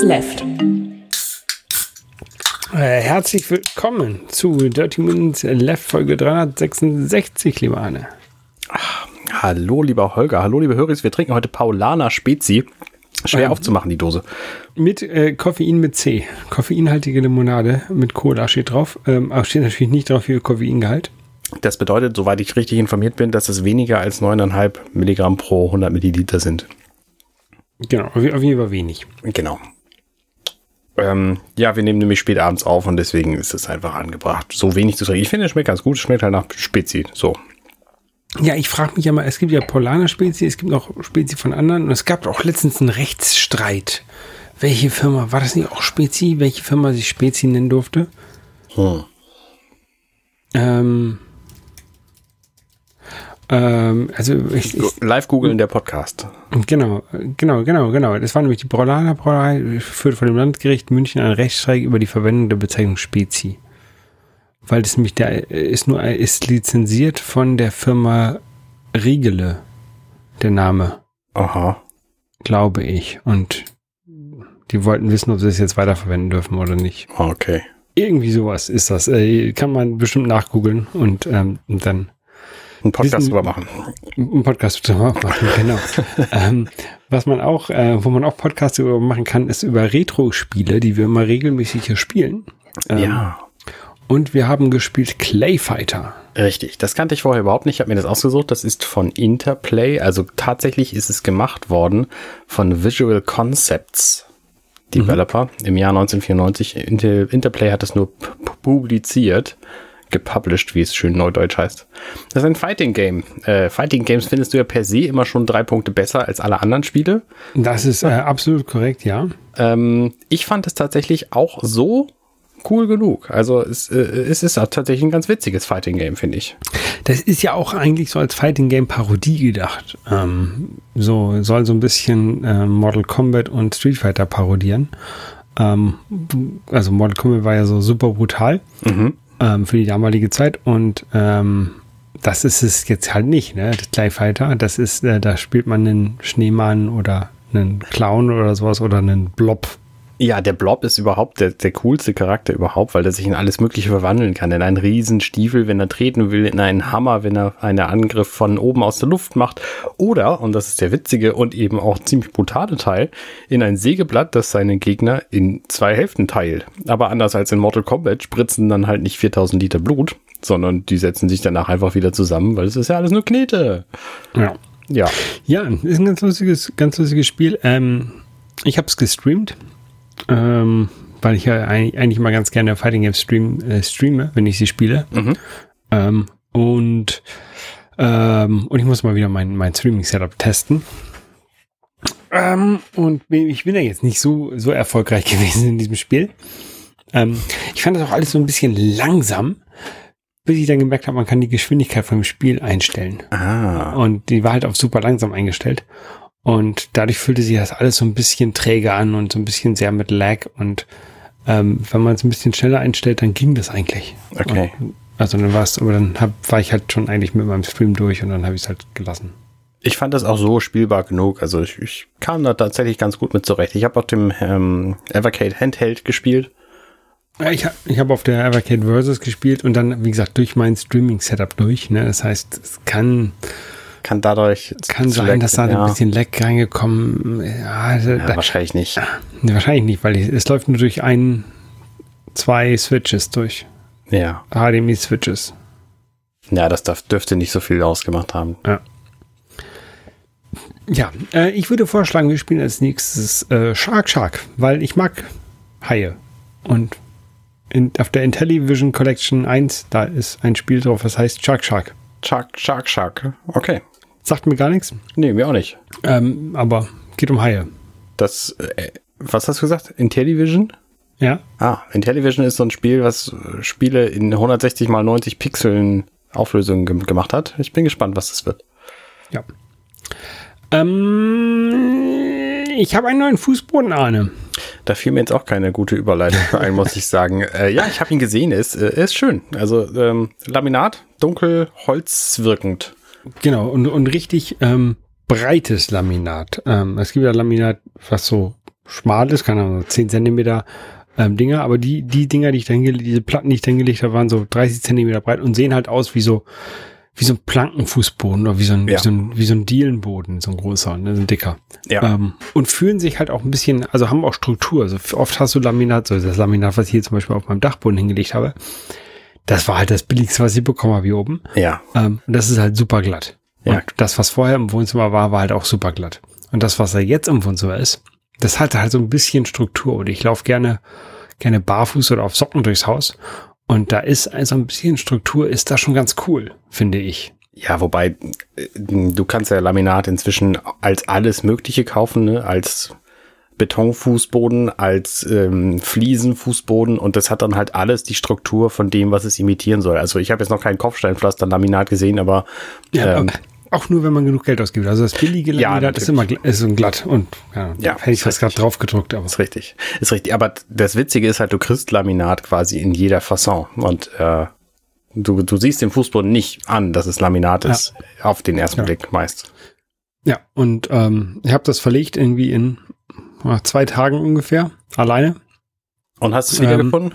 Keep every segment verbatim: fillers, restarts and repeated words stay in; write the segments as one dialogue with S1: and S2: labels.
S1: Left.
S2: Äh, herzlich willkommen zu Dirty Minutes Left Folge dreihundertsechsundsechzig, liebe Anne.
S3: Ach, hallo, lieber Holger. Hallo, liebe Höris. Wir trinken heute Paulaner Spezi. Schwer ähm, aufzumachen, die Dose.
S2: Mit äh, Koffein mit C. Koffeinhaltige Limonade mit Cola steht drauf. Ähm, aber steht natürlich nicht drauf, wie Koffeingehalt.
S3: Das bedeutet, soweit ich richtig informiert bin, dass es weniger als neun Komma fünf Milligramm pro hundert Milliliter sind.
S2: Genau, auf jeden Fall wenig.
S3: Genau. Ähm, ja, wir nehmen nämlich spät abends auf und deswegen ist es einfach angebracht, so wenig zu trinken. Ich finde, es schmeckt ganz gut. Es schmeckt halt nach Spezi. So.
S2: Ja, ich frage mich ja mal, es gibt ja Paulaner Spezi, es gibt noch Spezi von anderen und es gab auch letztens einen Rechtsstreit. Welche Firma, war das nicht auch Spezi? Welche Firma sich Spezi nennen durfte?
S3: Hm.
S2: Ähm... Ähm, also ich, ich,
S3: Live googeln der Podcast.
S2: Genau, genau, genau, genau. Das war nämlich die Paulaner Brauerei, führte von dem Landgericht München einen Rechtsstreit über die Verwendung der Bezeichnung Spezi. Weil das nämlich der ist nur ist lizenziert von der Firma Riegele, der Name.
S3: Aha.
S2: Glaube ich. Und die wollten wissen, ob sie das jetzt weiterverwenden dürfen oder nicht.
S3: Okay.
S2: Irgendwie sowas ist das. Äh, kann man bestimmt nachgoogeln und, ähm, und dann
S3: Ein Podcast drüber machen.
S2: Ein Podcast drüber machen, genau. ähm, was man auch, äh, wo man auch Podcasts drüber machen kann, ist über Retro-Spiele, die wir immer regelmäßig hier spielen. Ähm,
S3: ja.
S2: Und wir haben gespielt Clay Fighter.
S3: Richtig, das kannte ich vorher überhaupt nicht. Ich habe mir das ausgesucht. Das ist von Interplay. Also tatsächlich ist es gemacht worden von Visual Concepts Developer mhm. im Jahr neunzehnhundertvierundneunzig. Inter- Interplay hat das nur p- publiziert. Gepublished, wie es schön neudeutsch heißt. Das ist ein Fighting Game. Äh, Fighting Games findest du ja per se immer schon drei Punkte besser als alle anderen Spiele.
S2: Das ist äh, absolut korrekt, ja.
S3: Ähm, ich fand es tatsächlich auch so cool genug. Also es, äh, es ist auch tatsächlich ein ganz witziges Fighting Game, finde ich.
S2: Das ist ja auch eigentlich so als Fighting Game Parodie gedacht. Ähm, so soll so ein bisschen äh, Mortal Kombat und Street Fighter parodieren. Ähm, also Mortal Kombat war ja so super brutal. Mhm. Für die damalige Zeit und ähm, das ist es jetzt halt nicht, ne? Das Clay Fighter, das ist, äh, da spielt man einen Schneemann oder einen Clown oder sowas oder einen Blob.
S3: Ja, der Blob ist überhaupt der, der coolste Charakter überhaupt, weil der sich in alles Mögliche verwandeln kann. In einen Riesenstiefel, wenn er treten will, in einen Hammer, wenn er einen Angriff von oben aus der Luft macht. Oder, und das ist der witzige und eben auch ziemlich brutale Teil, in ein Sägeblatt, das seine Gegner in zwei Hälften teilt. Aber anders als in Mortal Kombat spritzen dann halt nicht viertausend Liter Blut, sondern die setzen sich danach einfach wieder zusammen, weil es ist ja alles nur Knete.
S2: Ja.
S3: Ja.
S2: Ja, ist ein ganz lustiges, ganz lustiges Spiel. Ähm, ich habe es gestreamt. Ähm, weil ich ja eigentlich, eigentlich mal ganz gerne Fighting Games stream, äh, streame, wenn ich sie spiele. Mhm. Ähm, und, ähm, und ich muss mal wieder mein, mein Streaming-Setup testen. Ähm, und ich bin ja jetzt nicht so, so erfolgreich gewesen in diesem Spiel. Ähm, ich fand das auch alles so ein bisschen langsam, bis ich dann gemerkt habe, man kann die Geschwindigkeit vom Spiel einstellen.
S3: Ah.
S2: Und die war halt auf super langsam eingestellt. Und dadurch fühlte sich das alles so ein bisschen träge an und so ein bisschen sehr mit Lag. Und ähm, wenn man es ein bisschen schneller einstellt, dann ging das eigentlich.
S3: Okay.
S2: Und, also dann war es, aber dann hab, war ich halt schon eigentlich mit meinem Stream durch und dann habe ich es halt gelassen.
S3: Ich fand das auch so spielbar genug. Also ich, ich kam da tatsächlich ganz gut mit zurecht. Ich habe auf dem ähm, Evercade Handheld gespielt.
S2: Ja, ich habe ich hab auf der Evercade Versus gespielt und dann, wie gesagt, durch mein Streaming-Setup durch. Ne? Das heißt, es kann...
S3: Kann dadurch...
S2: Kann sein, Lag, dass da ja. ein bisschen Lag reingekommen ja,
S3: ja,
S2: da,
S3: wahrscheinlich nicht.
S2: Ne, wahrscheinlich nicht, weil es läuft nur durch ein, zwei Switches durch.
S3: Ja.
S2: H D M I-Switches.
S3: Ja, das darf, dürfte nicht so viel ausgemacht haben.
S2: Ja. Ja, äh, ich würde vorschlagen, wir spielen als nächstes äh, Shark Shark, weil ich mag Haie. Und in, auf der Intellivision Collection eins, da ist ein Spiel drauf, das heißt Shark Shark.
S3: Shark, Shark, Shark. Okay.
S2: Sagt mir gar nichts.
S3: Nee, mir auch nicht.
S2: Ähm, aber geht um Haie.
S3: Das, äh, was hast du gesagt? Intellivision?
S2: Ja.
S3: Ah, Intellivision ist so ein Spiel, was Spiele in hundertsechzig mal neunzig Pixeln Auflösung ge- gemacht hat. Ich bin gespannt, was das wird.
S2: Ja. Ähm, ich habe einen neuen Fußboden, Arne.
S3: Da fiel mir jetzt auch keine gute Überleitung ein, muss ich sagen. Äh, ja, ich habe ihn gesehen, er ist, äh, er ist schön. Also ähm, Laminat, dunkel, holzwirkend.
S2: Genau, und, und richtig ähm, breites Laminat. Ähm, es gibt ja Laminat, was so schmal ist, keine Ahnung, zehn Zentimeter ähm, Dinger, aber die, die Dinger, die ich da hingelegt, diese Platten, die ich da hingelegt habe, waren so dreißig Zentimeter breit und sehen halt aus wie so, wie so ein Plankenfußboden oder wie so ein, ja. wie so ein, wie so ein Dielenboden, so ein großer, ne, so ein dicker.
S3: Ja.
S2: Ähm, und fühlen sich halt auch ein bisschen, also haben auch Struktur. Also oft hast du Laminat, so das Laminat, was ich hier zum Beispiel auf meinem Dachboden hingelegt habe, das war halt das Billigste, was ich bekommen habe hier oben.
S3: Ja.
S2: Ähm, und das ist halt super glatt.
S3: Ja.
S2: Und das, was vorher im Wohnzimmer war, war halt auch super glatt. Und das, was da jetzt im Wohnzimmer ist, das hat halt so ein bisschen Struktur. Und ich laufe gerne, gerne barfuß oder auf Socken durchs Haus. Und da ist also ein bisschen Struktur, ist da schon ganz cool, finde ich.
S3: Ja, wobei, du kannst ja Laminat inzwischen als alles Mögliche kaufen, ne? Als Betonfußboden, als ähm, Fliesenfußboden und das hat dann halt alles die Struktur von dem, was es imitieren soll. Also ich habe jetzt noch kein Kopfsteinpflaster-Laminat gesehen, aber
S2: ja,
S3: ähm,
S2: auch nur, wenn man genug Geld ausgibt. Also das billige Laminat
S3: ja,
S2: ist immer gl- ist so glatt und ja,
S3: ja
S2: hätte ich das gerade drauf gedruckt. Aber.
S3: Ist richtig, ist richtig. Aber das Witzige ist halt, du kriegst Laminat quasi in jeder Fasson und äh, du, du siehst den Fußboden nicht an, dass es Laminat ist, ja. auf den ersten ja. Blick meist.
S2: Ja, und ähm, ich habe das verlegt irgendwie in äh, zwei Tagen ungefähr, alleine.
S3: Und hast du es wieder
S2: ähm,
S3: gefunden?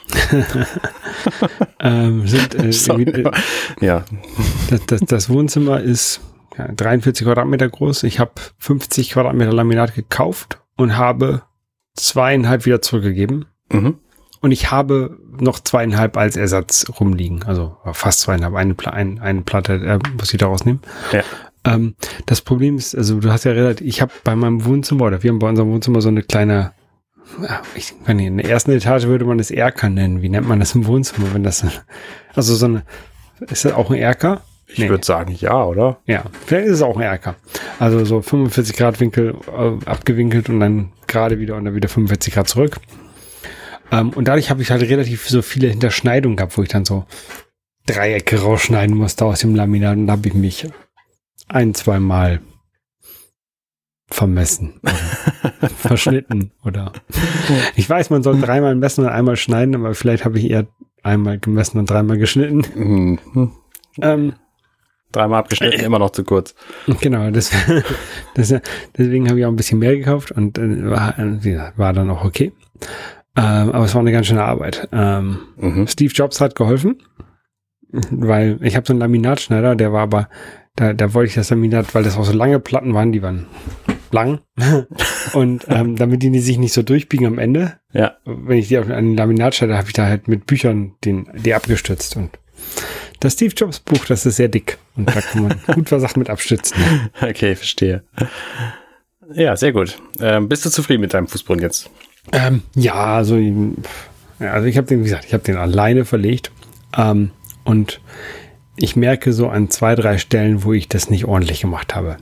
S2: ähm, sind, äh,
S3: Sorry,
S2: äh,
S3: ja.
S2: Das, das, das Wohnzimmer ist ja, dreiundvierzig Quadratmeter groß. Ich habe fünfzig Quadratmeter Laminat gekauft und habe zweieinhalb wieder zurückgegeben.
S3: Mhm.
S2: Und ich habe noch zweieinhalb als Ersatz rumliegen. Also fast zweieinhalb, eine, Pla- ein, eine Platte äh, muss ich da rausnehmen.
S3: Ja.
S2: Ähm, das Problem ist, also du hast ja relativ, ich habe bei meinem Wohnzimmer oder wir haben bei unserem Wohnzimmer so eine kleine, ich kann nicht, in der ersten Etage würde man das Erker nennen. Wie nennt man das im Wohnzimmer, wenn das, also so eine, ist das auch ein Erker?
S3: Ich nee. würde sagen, ja, oder?
S2: Ja, vielleicht ist es auch ein Erker. Also so fünfundvierzig Grad Winkel äh, abgewinkelt und dann gerade wieder und dann wieder fünfundvierzig Grad zurück. Ähm, und dadurch habe ich halt relativ so viele Hinterschneidungen gehabt, wo ich dann so Dreiecke rausschneiden musste aus dem Laminat und da habe ich mich ein, zwei Mal vermessen oder verschnitten oder ich weiß, man soll dreimal messen und einmal schneiden, aber vielleicht habe ich eher einmal gemessen und dreimal geschnitten.
S3: Mhm.
S2: Ähm,
S3: dreimal abgeschnitten, äh, immer noch zu kurz.
S2: Genau, das, das, deswegen habe ich auch ein bisschen mehr gekauft und äh, war, äh, war dann auch okay. Ähm, aber es war eine ganz schöne Arbeit. Ähm, mhm. Steve Jobs hat geholfen, weil ich habe so einen Laminatschneider, der war aber, da, da wollte ich das Laminat, weil das auch so lange Platten waren, die waren lang und ähm, damit die sich nicht so durchbiegen am Ende,
S3: ja.
S2: wenn ich die auf einen Laminatschneider, habe ich da halt mit Büchern den, die abgestützt und das Steve Jobs Buch, das ist sehr dick und da kann man gut was Sachen mit abstützen.
S3: Okay, verstehe. Ja, sehr gut. Ähm, bist du zufrieden mit deinem Fußboden jetzt?
S2: Ähm, ja, also, ja, also ich habe den, wie gesagt, ich habe den alleine verlegt ähm, und ich merke so an zwei, drei Stellen, wo ich das nicht ordentlich gemacht habe.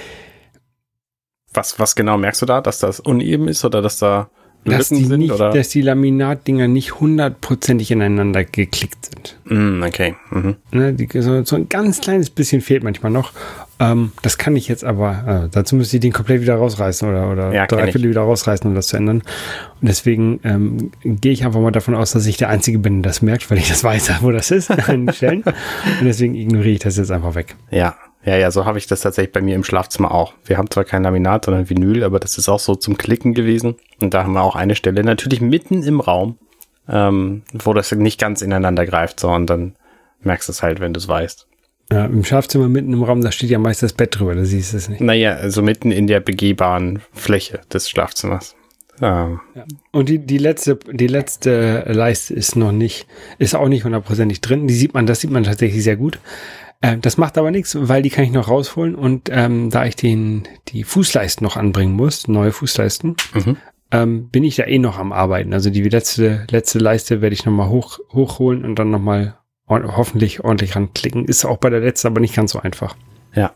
S3: Was, was genau merkst du da? Dass das uneben ist oder dass da
S2: dass
S3: Lücken
S2: die
S3: sind?
S2: Nicht,
S3: oder?
S2: Dass die Laminatdinger nicht hundertprozentig ineinander geklickt sind.
S3: Mm, okay. Mhm.
S2: Ne, die, so, so ein ganz kleines bisschen fehlt manchmal noch. Ähm, das kann ich jetzt aber, äh, dazu müsste ich den komplett wieder rausreißen oder, oder
S3: ja,
S2: drei Viertel wieder rausreißen, um das zu ändern. Und deswegen ähm, gehe ich einfach mal davon aus, dass ich der Einzige bin, der das merkt, weil ich das weiß, wo das ist an den Stellen. Und deswegen ignoriere ich das jetzt einfach weg.
S3: Ja, ja, ja, so habe ich das tatsächlich bei mir im Schlafzimmer auch. Wir haben zwar kein Laminat, sondern Vinyl, aber das ist auch so zum Klicken gewesen. Und da haben wir auch eine Stelle, natürlich mitten im Raum, ähm, wo das nicht ganz ineinander greift, so, und dann merkst du es halt, wenn du es weißt.
S2: Ja, im Schlafzimmer mitten im Raum, da steht ja meist das Bett drüber, da siehst du es nicht.
S3: Naja, also mitten in der begehbaren Fläche des Schlafzimmers. Ja.
S2: Ja. Und die, die letzte, die letzte Leiste ist noch nicht, ist auch nicht hundertprozentig drin. Die sieht man, das sieht man tatsächlich sehr gut. Äh, das macht aber nichts, weil die kann ich noch rausholen und ähm, da ich den, die Fußleisten noch anbringen muss, neue Fußleisten, mhm. ähm, bin ich da eh noch am Arbeiten. Also die letzte, letzte Leiste werde ich nochmal hoch, hochholen und dann nochmal hoffentlich ordentlich ranklicken. Ist auch bei der letzten aber nicht ganz so einfach.
S3: Ja.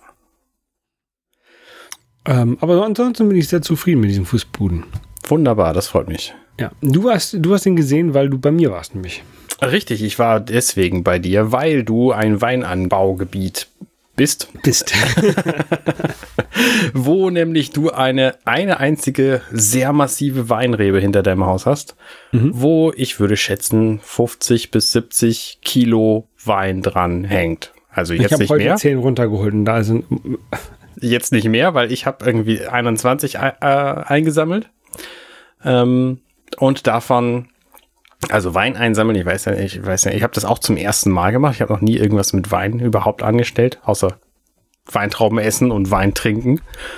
S2: Ähm, aber ansonsten bin ich sehr zufrieden mit diesem Fußboden.
S3: Wunderbar, das freut mich.
S2: Ja, du hast, du hast ihn gesehen, weil du bei mir warst nämlich.
S3: Richtig, ich war deswegen bei dir, weil du ein Weinanbaugebiet bist.
S2: Bist.
S3: Wo nämlich du eine, eine einzige sehr massive Weinrebe hinter deinem Haus hast, mhm. wo ich würde schätzen fünfzig bis siebzig Kilo Wein dran hängt. Also jetzt nicht mehr. Ich habe heute
S2: zehn runtergeholt und da sind...
S3: Jetzt nicht mehr, weil ich habe irgendwie einundzwanzig äh, eingesammelt. Ähm, und davon, also Wein einsammeln, ich weiß ja, ich weiß ja, ich habe das auch zum ersten Mal gemacht. Ich habe noch nie irgendwas mit Wein überhaupt angestellt, außer Weintrauben essen und Wein trinken.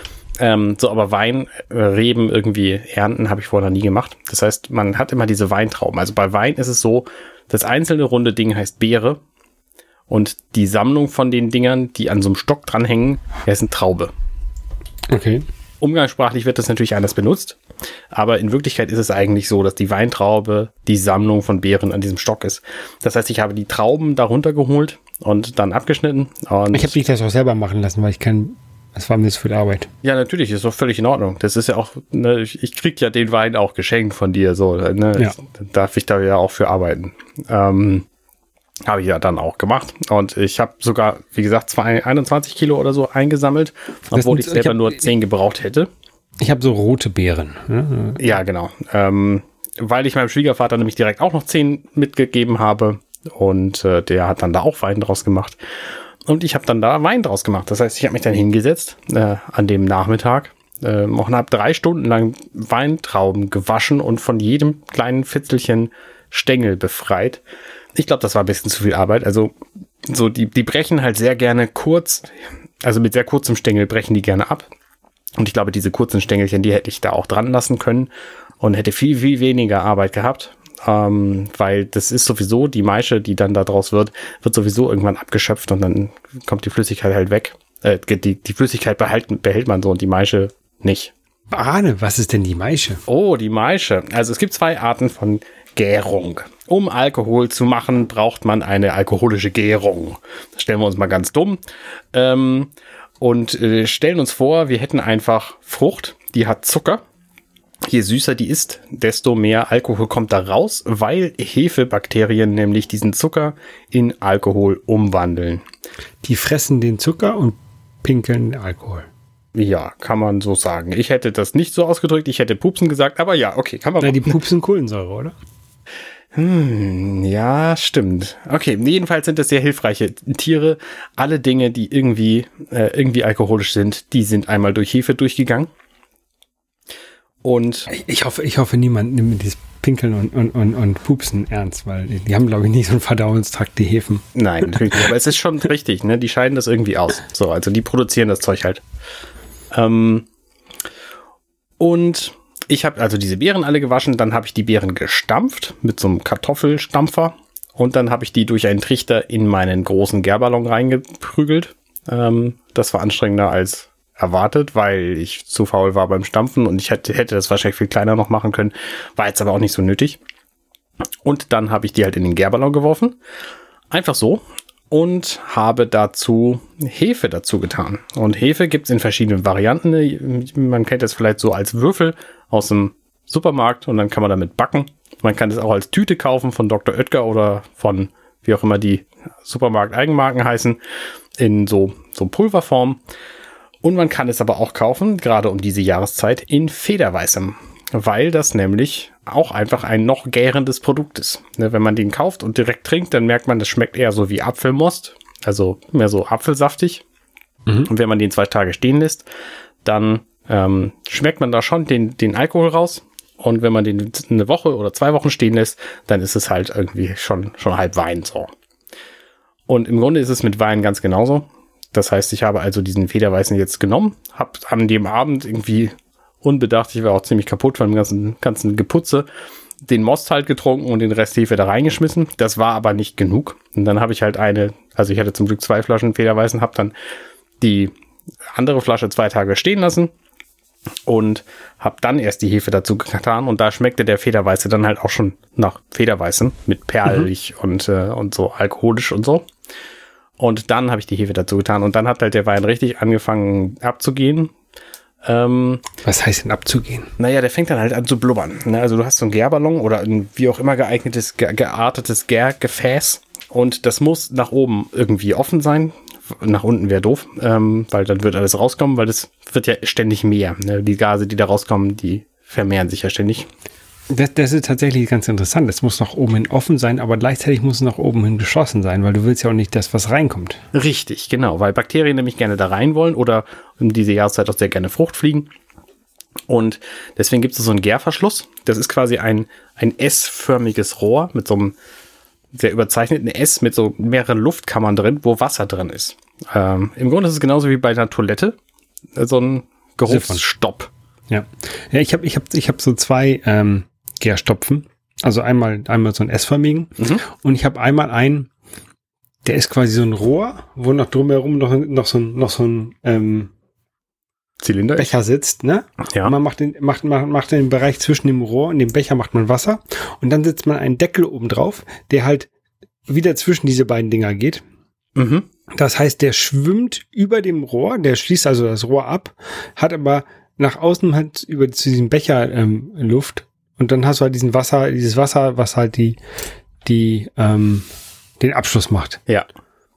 S3: Ähm, so, aber Weinreben irgendwie ernten habe ich vorher noch nie gemacht. Das heißt, man hat immer diese Weintrauben. Also bei Wein ist es so, das einzelne runde Ding heißt Beere und die Sammlung von den Dingern, die an so einem Stock dranhängen, heißt eine Traube.
S2: Okay.
S3: Umgangssprachlich wird das natürlich anders benutzt, aber in Wirklichkeit ist es eigentlich so, dass die Weintraube die Sammlung von Beeren an diesem Stock ist. Das heißt, ich habe die Trauben darunter geholt und dann abgeschnitten. Und
S2: ich habe dich das auch selber machen lassen, weil ich kein, das war mir zu viel Arbeit.
S3: Ja, natürlich, ist doch völlig in Ordnung. Das ist ja auch, ne, ich, ich krieg ja den Wein auch geschenkt von dir, so, ne,
S2: ja.
S3: Darf ich da ja auch für arbeiten. Ähm, habe ich ja dann auch gemacht. Und ich habe sogar, wie gesagt, zwei, einundzwanzig Kilo oder so eingesammelt, obwohl sind, ich selber ich hab, nur zehn gebraucht hätte.
S2: Ich habe so rote Beeren. Ne?
S3: Ja, genau. Ähm, weil ich meinem Schwiegervater nämlich direkt auch noch zehn mitgegeben habe. Und äh, der hat dann da auch Wein draus gemacht. Und ich habe dann da Wein draus gemacht. Das heißt, ich habe mich dann hingesetzt äh, an dem Nachmittag äh, und habe drei Stunden lang Weintrauben gewaschen und von jedem kleinen Fitzelchen Stängel befreit. Ich glaube, das war ein bisschen zu viel Arbeit. Also so die, die brechen halt sehr gerne kurz, also mit sehr kurzem Stängel brechen die gerne ab. Und ich glaube, diese kurzen Stängelchen, die hätte ich da auch dran lassen können und hätte viel, viel weniger Arbeit gehabt. Ähm, weil das ist sowieso, die Maische, die dann da draus wird, wird sowieso irgendwann abgeschöpft und dann kommt die Flüssigkeit halt weg. Äh, die, die Flüssigkeit behalten, behält man so und die Maische nicht.
S2: Arne, was ist denn die Maische?
S3: Oh, die Maische. Also es gibt zwei Arten von Gärung. Um Alkohol zu machen, braucht man eine alkoholische Gärung. Das stellen wir uns mal ganz dumm. Ähm, und äh, stellen uns vor, wir hätten einfach Frucht, die hat Zucker. Je süßer die ist, desto mehr Alkohol kommt da raus, weil Hefebakterien nämlich diesen Zucker in Alkohol umwandeln.
S2: Die fressen den Zucker und pinkeln den Alkohol.
S3: Ja, kann man so sagen. Ich hätte das nicht so ausgedrückt, ich hätte Pupsen gesagt, aber ja, okay, kann man
S2: machen. Na, die pupsen Kohlensäure, oder?
S3: Hm, ja, stimmt. Okay, jedenfalls sind das sehr hilfreiche Tiere. Alle Dinge, die irgendwie, äh, irgendwie alkoholisch sind, die sind einmal durch Hefe durchgegangen. Und
S2: ich, ich hoffe, ich hoffe, niemand nimmt dieses Pinkeln und, und, und, und Pupsen ernst, weil die, die haben, glaube ich, nicht so einen Verdauungstrakt, die Hefen.
S3: Nein, natürlich nicht. Aber es ist schon richtig, ne? Die scheiden das irgendwie aus. So, also die produzieren das Zeug halt. Ähm, und ich habe also diese Beeren alle gewaschen, dann habe ich die Beeren gestampft mit so einem Kartoffelstampfer und dann habe ich die durch einen Trichter in meinen großen Gärballon reingeprügelt. Ähm, das war anstrengender als erwartet, weil ich zu faul war beim Stampfen und ich hätte, hätte das wahrscheinlich viel kleiner noch machen können, war jetzt aber auch nicht so nötig. Und dann habe ich die halt in den Gärballon geworfen, einfach so, und habe dazu Hefe dazu getan. Und Hefe gibt es in verschiedenen Varianten. Man kennt das vielleicht so als Würfel aus dem Supermarkt und dann kann man damit backen. Man kann das auch als Tüte kaufen von Doktor Oetker oder von wie auch immer die Supermarkt-Eigenmarken heißen, in so, so Pulverform. Und man kann es aber auch kaufen, gerade um diese Jahreszeit, in Federweißem, weil das nämlich auch einfach ein noch gärendes Produkt ist. Wenn man den kauft und direkt trinkt, dann merkt man, das schmeckt eher so wie Apfelmost, also mehr so apfelsaftig. Mhm. Und wenn man den zwei Tage stehen lässt, dann ähm, schmeckt man da schon den, den Alkohol raus. Und wenn man den eine Woche oder zwei Wochen stehen lässt, dann ist es halt irgendwie schon, schon halb Wein so. Und im Grunde ist es mit Wein ganz genauso. Das heißt, ich habe also diesen Federweißen jetzt genommen, habe an dem Abend irgendwie unbedacht, ich war auch ziemlich kaputt von dem ganzen, ganzen Geputze, den Most halt getrunken und den Rest Hefe da reingeschmissen. Das war aber nicht genug. Und dann habe ich halt eine, also ich hatte zum Glück zwei Flaschen Federweißen, habe dann die andere Flasche zwei Tage stehen lassen und habe dann erst die Hefe dazu getan. Und da schmeckte der Federweiße dann halt auch schon nach Federweißen mit perlig mhm. und, äh, und so alkoholisch und so. Und dann habe ich die Hefe dazu getan und dann hat halt der Wein richtig angefangen abzugehen. Ähm,
S2: Was heißt denn abzugehen?
S3: Naja, der fängt dann halt an zu blubbern. Ne? Also du hast so einen Gärballon oder ein wie auch immer geeignetes, ge- geartetes Gärgefäß und das muss nach oben irgendwie offen sein. Nach unten wäre doof, ähm, weil dann wird alles rauskommen, weil das wird ja ständig mehr. Ne? Die Gase, die da rauskommen, die vermehren sich ja ständig.
S2: Das, das ist tatsächlich ganz interessant. Es muss nach oben hin offen sein, aber gleichzeitig muss es nach oben hin geschlossen sein, weil du willst ja auch nicht das, was reinkommt.
S3: Richtig, genau, weil Bakterien nämlich gerne da rein wollen oder um diese Jahreszeit auch sehr gerne Frucht fliegen. Und deswegen gibt es so einen Gärverschluss. Das ist quasi ein, ein S-förmiges Rohr mit so einem sehr überzeichneten S mit so mehreren Luftkammern drin, wo Wasser drin ist. Ähm, Im Grunde ist es genauso wie bei einer Toilette. So ein Geruchsstopp.
S2: Ja, ja ich habe ich hab, ich hab so zwei ähm, Gärstopfen. Also einmal, einmal so einen S-förmigen. Mhm. Und ich habe einmal einen, der ist quasi so ein Rohr, wo noch drumherum noch, noch so ein, noch so ein ähm,
S3: Zylinder
S2: Becher sitzt, ne?
S3: Ja.
S2: Und man macht den, macht, macht, macht den Bereich zwischen dem Rohr und dem Becher macht man Wasser. Und dann setzt man einen Deckel oben drauf, der halt wieder zwischen diese beiden Dinger geht.
S3: Mhm.
S2: Das heißt, der schwimmt über dem Rohr, der schließt also das Rohr ab, hat aber nach außen halt über zu diesem Becher ähm, Luft. Und dann hast du halt diesen Wasser, dieses Wasser, was halt die, die, ähm, den Abschluss macht.
S3: Ja.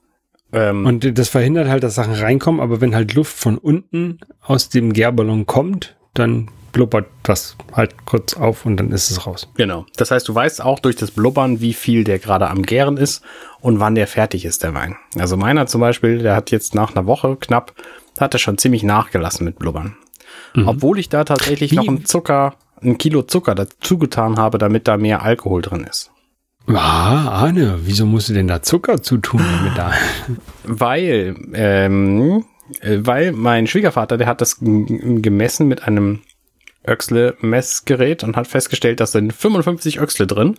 S3: Ähm,
S2: und das verhindert halt, dass Sachen reinkommen, aber wenn halt Luft von unten aus dem Gärballon kommt, dann blubbert das halt kurz auf und dann ist es raus.
S3: Genau. Das heißt, du weißt auch durch das Blubbern, wie viel der gerade am Gären ist und wann der fertig ist, der Wein. Also meiner zum Beispiel, der hat jetzt nach einer Woche knapp, hat er schon ziemlich nachgelassen mit Blubbern. Mhm. Obwohl ich da tatsächlich wie? noch einen Zucker, ein Kilo Zucker dazu getan habe, damit da mehr Alkohol drin ist.
S2: Ah, Arne, wieso musst du denn da Zucker zutun? Damit da?
S3: Weil, ähm, weil mein Schwiegervater, der hat das g- gemessen mit einem Öxle-Messgerät und hat festgestellt, dass sind fünfundfünfzig Öxle drin.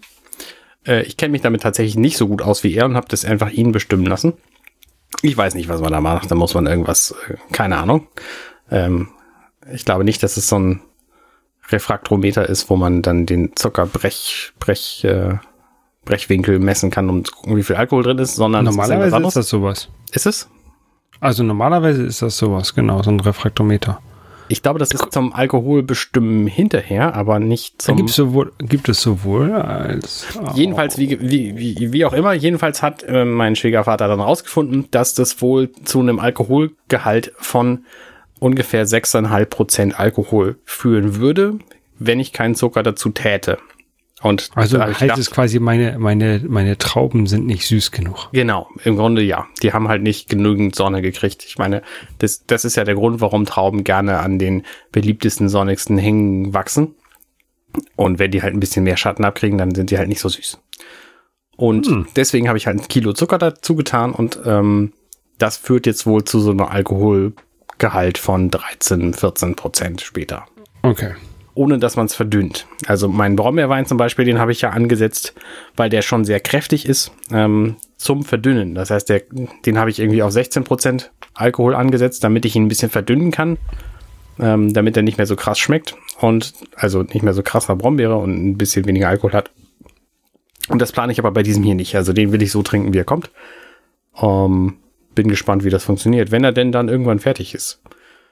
S3: Äh, ich kenne mich damit tatsächlich nicht so gut aus wie er und habe das einfach ihn bestimmen lassen. Ich weiß nicht, was man da macht. Da muss man irgendwas, äh, keine Ahnung. Ähm, ich glaube nicht, dass es so ein Refraktometer ist, wo man dann den Zuckerbrech, Brech, äh, Brechwinkel messen kann, um zu gucken, wie viel Alkohol drin ist, sondern
S2: normalerweise ist, ist das sowas.
S3: Ist es?
S2: Also normalerweise ist das sowas, genau, so ein Refraktometer.
S3: Ich glaube, das ist zum Alkoholbestimmen hinterher, aber nicht zum...
S2: Gibt es sowohl, gibt es sowohl als...
S3: Jedenfalls, wie, wie, wie, wie auch immer, jedenfalls hat äh, mein Schwiegervater dann rausgefunden, dass das wohl zu einem Alkoholgehalt von ungefähr sechs Komma fünf Prozent Alkohol führen würde, wenn ich keinen Zucker dazu täte. Und
S2: also heißt gedacht, es quasi, meine, meine, meine Trauben sind nicht süß genug.
S3: Genau, im Grunde ja. Die haben halt nicht genügend Sonne gekriegt. Ich meine, das, das ist ja der Grund, warum Trauben gerne an den beliebtesten, sonnigsten Hängen wachsen. Und wenn die halt ein bisschen mehr Schatten abkriegen, dann sind die halt nicht so süß. Und hm. deswegen habe ich halt ein Kilo Zucker dazu getan und ähm, das führt jetzt wohl zu so einem Alkoholgehalt von dreizehn, vierzehn Prozent später.
S2: Okay.
S3: Ohne dass man es verdünnt. Also mein Brombeerwein zum Beispiel, den habe ich ja angesetzt, weil der schon sehr kräftig ist, ähm, zum Verdünnen. Das heißt, der, den habe ich irgendwie auf sechzehn Prozent Alkohol angesetzt, damit ich ihn ein bisschen verdünnen kann, ähm, damit er nicht mehr so krass schmeckt und also nicht mehr so krass nach Brombeere und ein bisschen weniger Alkohol hat. Und das plane ich aber bei diesem hier nicht. Also den will ich so trinken, wie er kommt. Ähm, bin gespannt, wie das funktioniert, wenn er denn dann irgendwann fertig ist.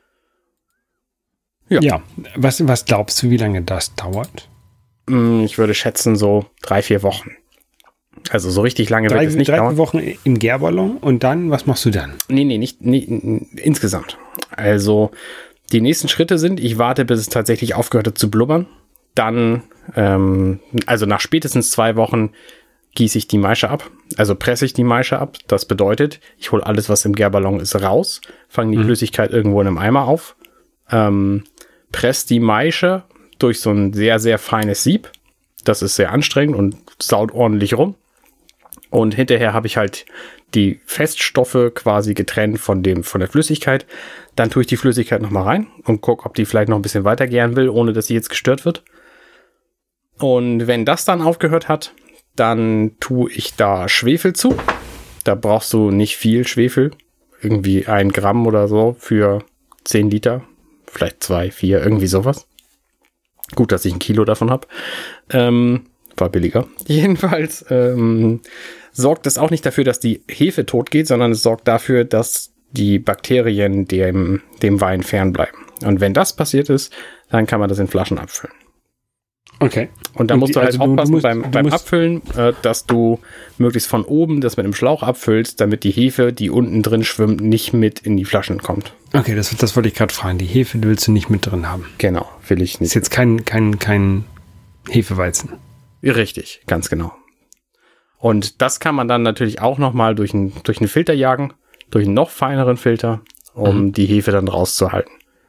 S2: Ja, ja. Was, was glaubst du, wie lange das dauert?
S3: Ich würde schätzen, so drei, vier Wochen. Also so richtig lange
S2: drei,
S3: wird es nicht
S2: drei
S3: dauern.
S2: Drei Wochen im Gärballon und dann, was machst du dann?
S3: Nee, nee, nicht nee, insgesamt. Also die nächsten Schritte sind, ich warte, bis es tatsächlich aufgehört hat zu blubbern. Dann, ähm, also nach spätestens zwei Wochen gieße ich die Maische ab. Also presse ich die Maische ab. Das bedeutet, ich hole alles, was im Gärballon ist, raus, fange die mhm. Flüssigkeit irgendwo in einem Eimer auf, ähm, presst die Maische durch so ein sehr, sehr feines Sieb. Das ist sehr anstrengend und saut ordentlich rum. Und hinterher habe ich halt die Feststoffe quasi getrennt von dem, von der Flüssigkeit. Dann tue ich die Flüssigkeit nochmal rein und gucke, ob die vielleicht noch ein bisschen weiter gären will, ohne dass sie jetzt gestört wird. Und wenn das dann aufgehört hat, dann tue ich da Schwefel zu. Da brauchst du nicht viel Schwefel. Irgendwie ein Gramm oder so für zehn Liter. Vielleicht zwei, vier, irgendwie sowas. Gut, dass ich ein Kilo davon habe. Ähm, war billiger. Jedenfalls ähm, sorgt das auch nicht dafür, dass die Hefe tot geht, sondern es sorgt dafür, dass die Bakterien dem, dem Wein fernbleiben. Und wenn das passiert ist, dann kann man das in Flaschen abfüllen.
S2: Okay.
S3: Und da
S2: und
S3: musst
S2: die,
S3: du halt
S2: also
S3: aufpassen
S2: du musst,
S3: beim, beim Abfüllen, äh, dass du möglichst von oben das mit einem Schlauch abfüllst, damit die Hefe, die unten drin schwimmt, nicht mit in die Flaschen kommt.
S2: Okay, das, das wollte ich gerade fragen. Die Hefe willst du nicht mit drin haben.
S3: Genau, will ich nicht.
S2: Ist jetzt kein, kein, kein Hefeweizen.
S3: Richtig, ganz genau. Und das kann man dann natürlich auch nochmal durch, ein, durch einen Filter jagen, durch einen noch feineren Filter, um mhm. die Hefe dann rauszuhalten.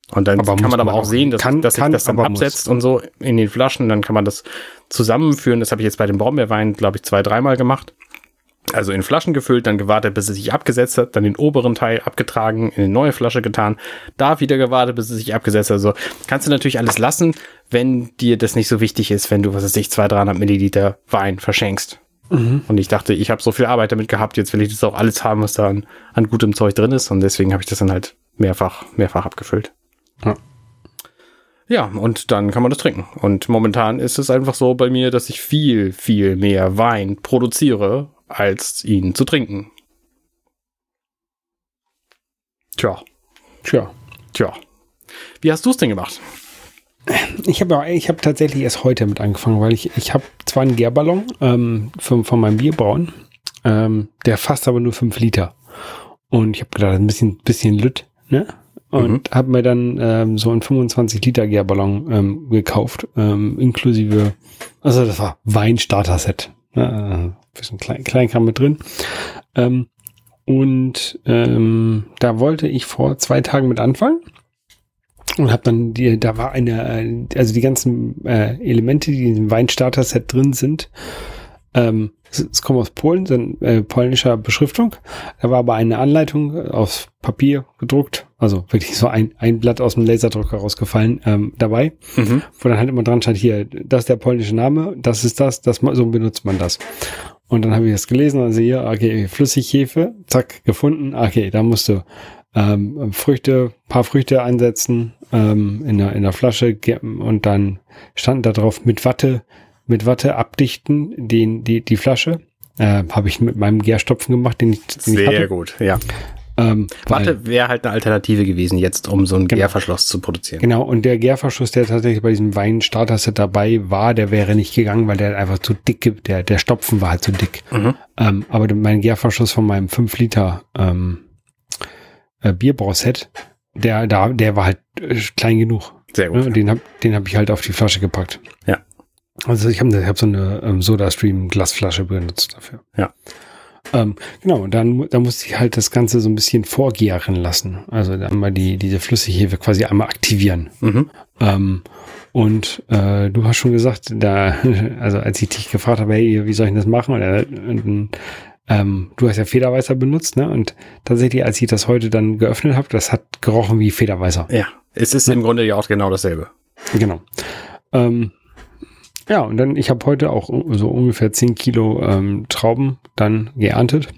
S3: Und dann
S2: aber
S3: kann man aber auch sehen, dass,
S2: kann,
S3: dass sich
S2: kann,
S3: das dann absetzt muss. Und so in den Flaschen. Dann kann man das zusammenführen. Das habe ich jetzt bei dem Brombeerwein, glaube ich, zwei, dreimal gemacht. Also in Flaschen gefüllt, dann gewartet, bis es sich abgesetzt hat, dann den oberen Teil abgetragen, in eine neue Flasche getan, da wieder gewartet, bis es sich abgesetzt hat. Also kannst du natürlich alles lassen, wenn dir das nicht so wichtig ist, wenn du, was weiß ich, zweihundert, dreihundert Milliliter Wein verschenkst. Mhm. Und ich dachte, ich habe so viel Arbeit damit gehabt, jetzt will ich das auch alles haben, was da an, an gutem Zeug drin ist. Und deswegen habe ich das dann halt mehrfach, mehrfach abgefüllt. Ja. Ja, und dann kann man das trinken. Und momentan ist es einfach so bei mir, dass ich viel, viel mehr Wein produziere, als ihn zu trinken. Tja. Tja. Tja. Wie hast du es denn gemacht?
S2: Ich habe ich hab tatsächlich erst heute mit angefangen, weil ich, ich habe zwar einen Gärballon ähm, von, von meinem Bierbrauen, ähm, der fasst aber nur fünf Liter. Und ich habe gedacht, ein bisschen, bisschen Lütt, ne? Und mhm. habe mir dann ähm, so einen fünfundzwanzig Liter Gärballon ähm, gekauft, ähm, inklusive, also das war Wein-Starter-Set. Ne? Äh, bisschen klein, Kleinkram mit drin. Ähm, und ähm, da wollte ich vor zwei Tagen mit anfangen. Und habe dann, die, da war eine, also die ganzen äh, Elemente, die in diesem Wein-Starter-Set drin sind, ähm, es kommt aus Polen, sind äh, polnischer Beschriftung. Da war aber eine Anleitung aus Papier gedruckt, also wirklich so ein, ein Blatt aus dem Laserdrucker rausgefallen ähm, dabei, mhm. wo dann halt immer dran stand, hier, das ist der polnische Name, das ist das, das so benutzt man das. Und dann habe ich das gelesen und sehe, okay, Flüssighefe, zack, gefunden, okay, da musst du ähm, Früchte, paar Früchte einsetzen ähm, in der in der Flasche und dann stand da drauf mit Watte mit Watte abdichten, den, die, die Flasche. Äh, habe ich mit meinem Gärstopfen gemacht, den ich, den
S3: Sehr
S2: ich hatte.
S3: gut, ja.
S2: Ähm,
S3: Watte wäre halt eine Alternative gewesen jetzt, um so einen
S2: genau.
S3: Gärverschluss zu produzieren.
S2: Genau, und der Gärverschluss, der tatsächlich bei diesem Wein-Starter-Set dabei war, der wäre nicht gegangen, weil der einfach zu dick, der, der Stopfen war halt zu dick. Mhm. Ähm, aber mein Gärverschluss von meinem fünf Liter ähm, äh, Bierbrauset, der, da, der war halt äh, klein genug.
S3: Sehr gut.
S2: Ja, den habe den hab ich halt auf die Flasche gepackt.
S3: Ja.
S2: Also ich habe ich hab so eine ähm, Soda-Stream-Glasflasche benutzt dafür.
S3: Ja.
S2: Ähm, genau, und dann, dann musste ich halt das Ganze so ein bisschen vorgären lassen. Also dann mal die, diese Flüssighefe quasi einmal aktivieren. Mhm. Ähm, und äh, du hast schon gesagt, da, also als ich dich gefragt habe, hey, wie soll ich das machen? Und, äh, und, ähm, du hast ja Federweißer benutzt, ne? Und tatsächlich, als ich das heute dann geöffnet habe, das hat gerochen wie Federweißer.
S3: Ja, es ist ja. im Grunde ja auch genau dasselbe.
S2: Genau. Ähm, Ja, und dann, ich habe heute auch so ungefähr zehn Kilo ähm, Trauben dann geerntet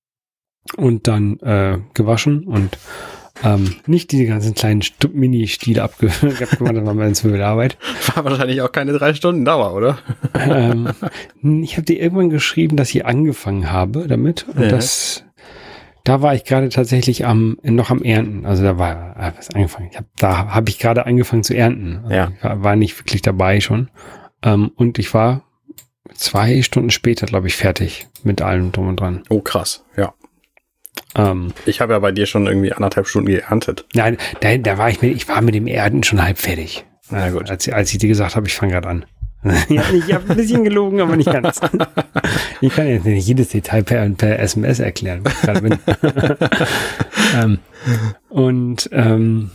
S2: und dann äh, gewaschen und ähm, nicht diese ganzen kleinen Stu- Mini-Stiele abgemacht, das war mal zu viel Arbeit.
S3: War wahrscheinlich auch keine drei Stunden Dauer, oder?
S2: ähm, ich habe dir irgendwann geschrieben, dass ich angefangen habe damit und ja. das, da war ich gerade tatsächlich am noch am Ernten, also da war äh, was angefangen. Ich hab, da habe ich gerade angefangen zu ernten. Also
S3: ja.
S2: Ich war, war nicht wirklich dabei schon. Um, und ich war zwei Stunden später, glaube ich, fertig mit allem drum und dran.
S3: Oh, krass, ja.
S2: Um,
S3: ich habe ja bei dir schon irgendwie anderthalb Stunden geerntet.
S2: Nein, da, da war ich mit, ich war mit dem Ernten schon halb fertig.
S3: Na gut.
S2: Als, als ich dir gesagt habe, ich fange gerade an. ja, ich habe ein bisschen gelogen, aber nicht ganz. Ich kann jetzt nicht jedes Detail per, per S M S erklären, was ich gerade bin. um, und ähm,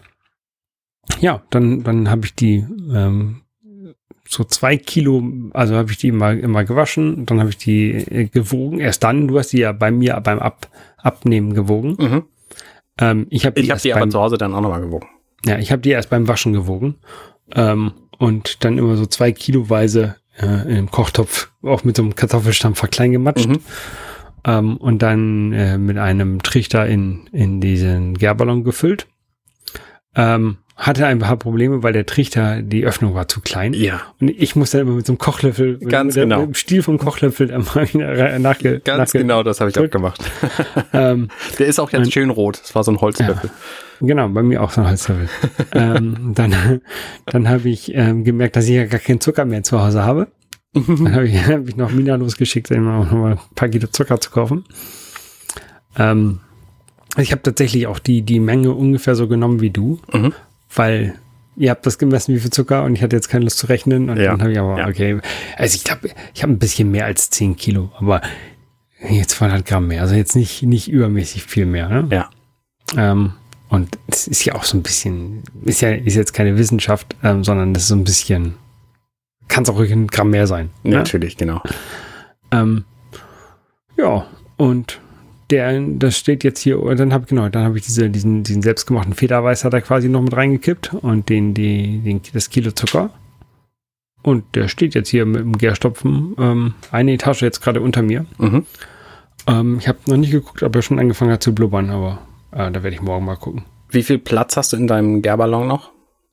S2: ja, dann, dann habe ich die ähm, so zwei Kilo, also habe ich die immer, immer gewaschen, dann habe ich die äh, gewogen. Erst dann, du hast die ja bei mir beim Ab, Abnehmen gewogen.
S3: Mhm.
S2: Ähm, ich habe die,
S3: ich hab die aber zu Hause dann auch nochmal gewogen.
S2: Ja, ich habe die erst beim Waschen gewogen. Ähm, und dann immer so zwei Kiloweise äh, im Kochtopf, auch mit so einem Kartoffelstampfer klein gematscht. Mhm. Ähm, und dann äh, mit einem Trichter in, in diesen Gärballon gefüllt. Ähm, hatte ein paar Probleme, weil der Trichter, die Öffnung war zu klein.
S3: Ja.
S2: Und ich musste dann immer mit so einem Kochlöffel,
S3: ganz
S2: mit,
S3: genau.
S2: mit dem Stiel vom Kochlöffel nachge...
S3: Ganz
S2: nachge
S3: genau, das habe ich auch gemacht.
S2: ähm,
S3: der ist auch jetzt ein, schön rot. Das war so ein Holzlöffel.
S2: Ja, genau, bei mir auch so ein Holzlöffel. ähm, dann dann habe ich ähm, gemerkt, dass ich ja gar keinen Zucker mehr zu Hause habe. Dann habe ich, hab ich noch Mina losgeschickt, immer noch mal ein paar Kilo Zucker zu kaufen. Ähm, ich habe tatsächlich auch die, die Menge ungefähr so genommen wie du. Mhm. Weil ihr habt das gemessen, wie viel Zucker, und ich hatte jetzt keine Lust zu rechnen. Und ja. dann habe ich aber, ja. okay, also ich glaube, ich habe ein bisschen mehr als zehn Kilo, aber jetzt zweihundert Gramm mehr. Also jetzt nicht, nicht übermäßig viel mehr. Ne?
S3: Ja.
S2: Ähm, Und es ist ja auch so ein bisschen, ist ja ist jetzt keine Wissenschaft, ähm, sondern das ist so ein bisschen, kann es auch ruhig ein Gramm mehr sein. Ne?
S3: Natürlich, genau.
S2: Ähm, ja, und der, das steht jetzt hier, und dann habe ich, genau, dann habe ich diese, diesen, diesen selbstgemachten Federweißer da quasi noch mit reingekippt und den, die, den, das Kilo Zucker. Und der steht jetzt hier mit dem Gärstopfen, ähm, eine Etage jetzt gerade unter mir.
S3: Mhm.
S2: Ähm, ich habe noch nicht geguckt, ob er schon angefangen hat zu blubbern, aber äh, da werde ich morgen mal gucken.
S3: Wie viel Platz hast du in deinem Gärballon noch?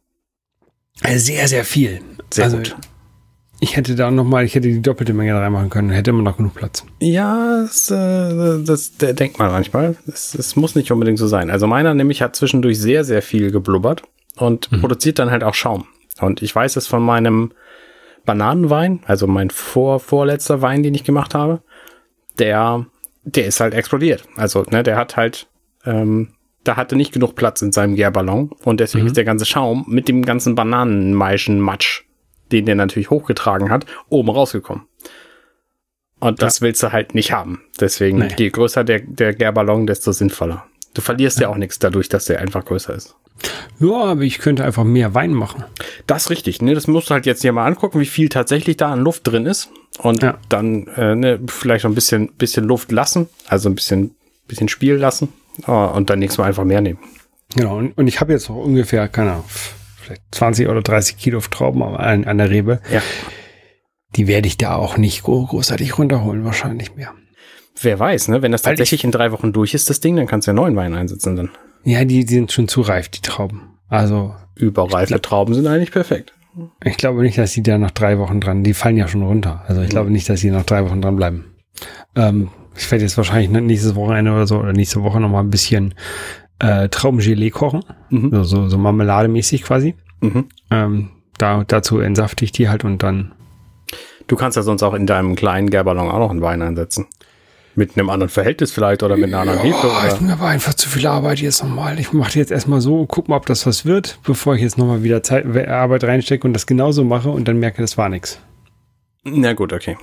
S2: Sehr, sehr viel.
S3: Sehr
S2: also,
S3: gut.
S2: Ich hätte da noch mal, ich hätte die doppelte Menge da reinmachen können, hätte immer noch genug Platz.
S3: Ja, das, äh, das der denkt man manchmal. Es, es muss nicht unbedingt so sein. Also meiner nämlich hat zwischendurch sehr, sehr viel geblubbert und mhm. produziert dann halt auch Schaum. Und ich weiß es von meinem Bananenwein, also mein vor, vorletzter Wein, den ich gemacht habe, der, der ist halt explodiert. Also, ne, der hat halt, ähm, da hatte nicht genug Platz in seinem Gärballon und deswegen mhm. ist der ganze Schaum mit dem ganzen Bananenmaischen-Matsch, den der natürlich hochgetragen hat, oben rausgekommen. Und das ja. willst du halt nicht haben. Deswegen, nee. je größer der, der Gärballon, desto sinnvoller. Du verlierst ja. ja auch nichts dadurch, dass der einfach größer ist.
S2: Ja, aber ich könnte einfach mehr Wein machen.
S3: Das ist richtig. Ne? Das musst du halt jetzt hier mal angucken, wie viel tatsächlich da an Luft drin ist. Und ja. dann äh, ne, vielleicht noch ein bisschen, bisschen Luft lassen, also ein bisschen, bisschen Spiel lassen und dann nächstes Mal einfach mehr nehmen.
S2: Genau, und, und ich habe jetzt noch ungefähr, keine Ahnung, vielleicht zwanzig oder dreißig Kilo Trauben an, an der Rebe.
S3: Ja.
S2: Die werde ich da auch nicht großartig runterholen, wahrscheinlich mehr.
S3: Wer weiß, ne? Wenn das tatsächlich in drei Wochen durch ist, das Ding, dann kannst du ja neuen Wein einsetzen dann.
S2: Ja, die, die sind schon zu reif, die Trauben. Also
S3: überreife glaub, Trauben sind eigentlich perfekt.
S2: Ich glaube nicht, dass die da nach drei Wochen dran, die fallen ja schon runter. Also ich mhm. glaube nicht, dass die nach drei Wochen dran bleiben. Ähm, ich werde jetzt wahrscheinlich nächstes Wochenende oder so oder nächste Woche noch mal ein bisschen äh, Traubengelee kochen. Mhm. So, so, so marmelademäßig quasi. Mhm. Ähm, da, dazu entsafte ich die halt und dann.
S3: Du kannst ja sonst auch in deinem kleinen Gärballon auch noch einen Wein einsetzen. Mit einem anderen Verhältnis vielleicht oder mit einer anderen
S2: ja,
S3: Hefe. Oder?
S2: Ich bin aber einfach zu viel Arbeit jetzt nochmal. Ich mache jetzt erstmal so, guck mal, ob das was wird, bevor ich jetzt nochmal wieder Zeit, Arbeit reinstecke und das genauso mache und dann merke, das war nichts.
S3: Na gut, okay.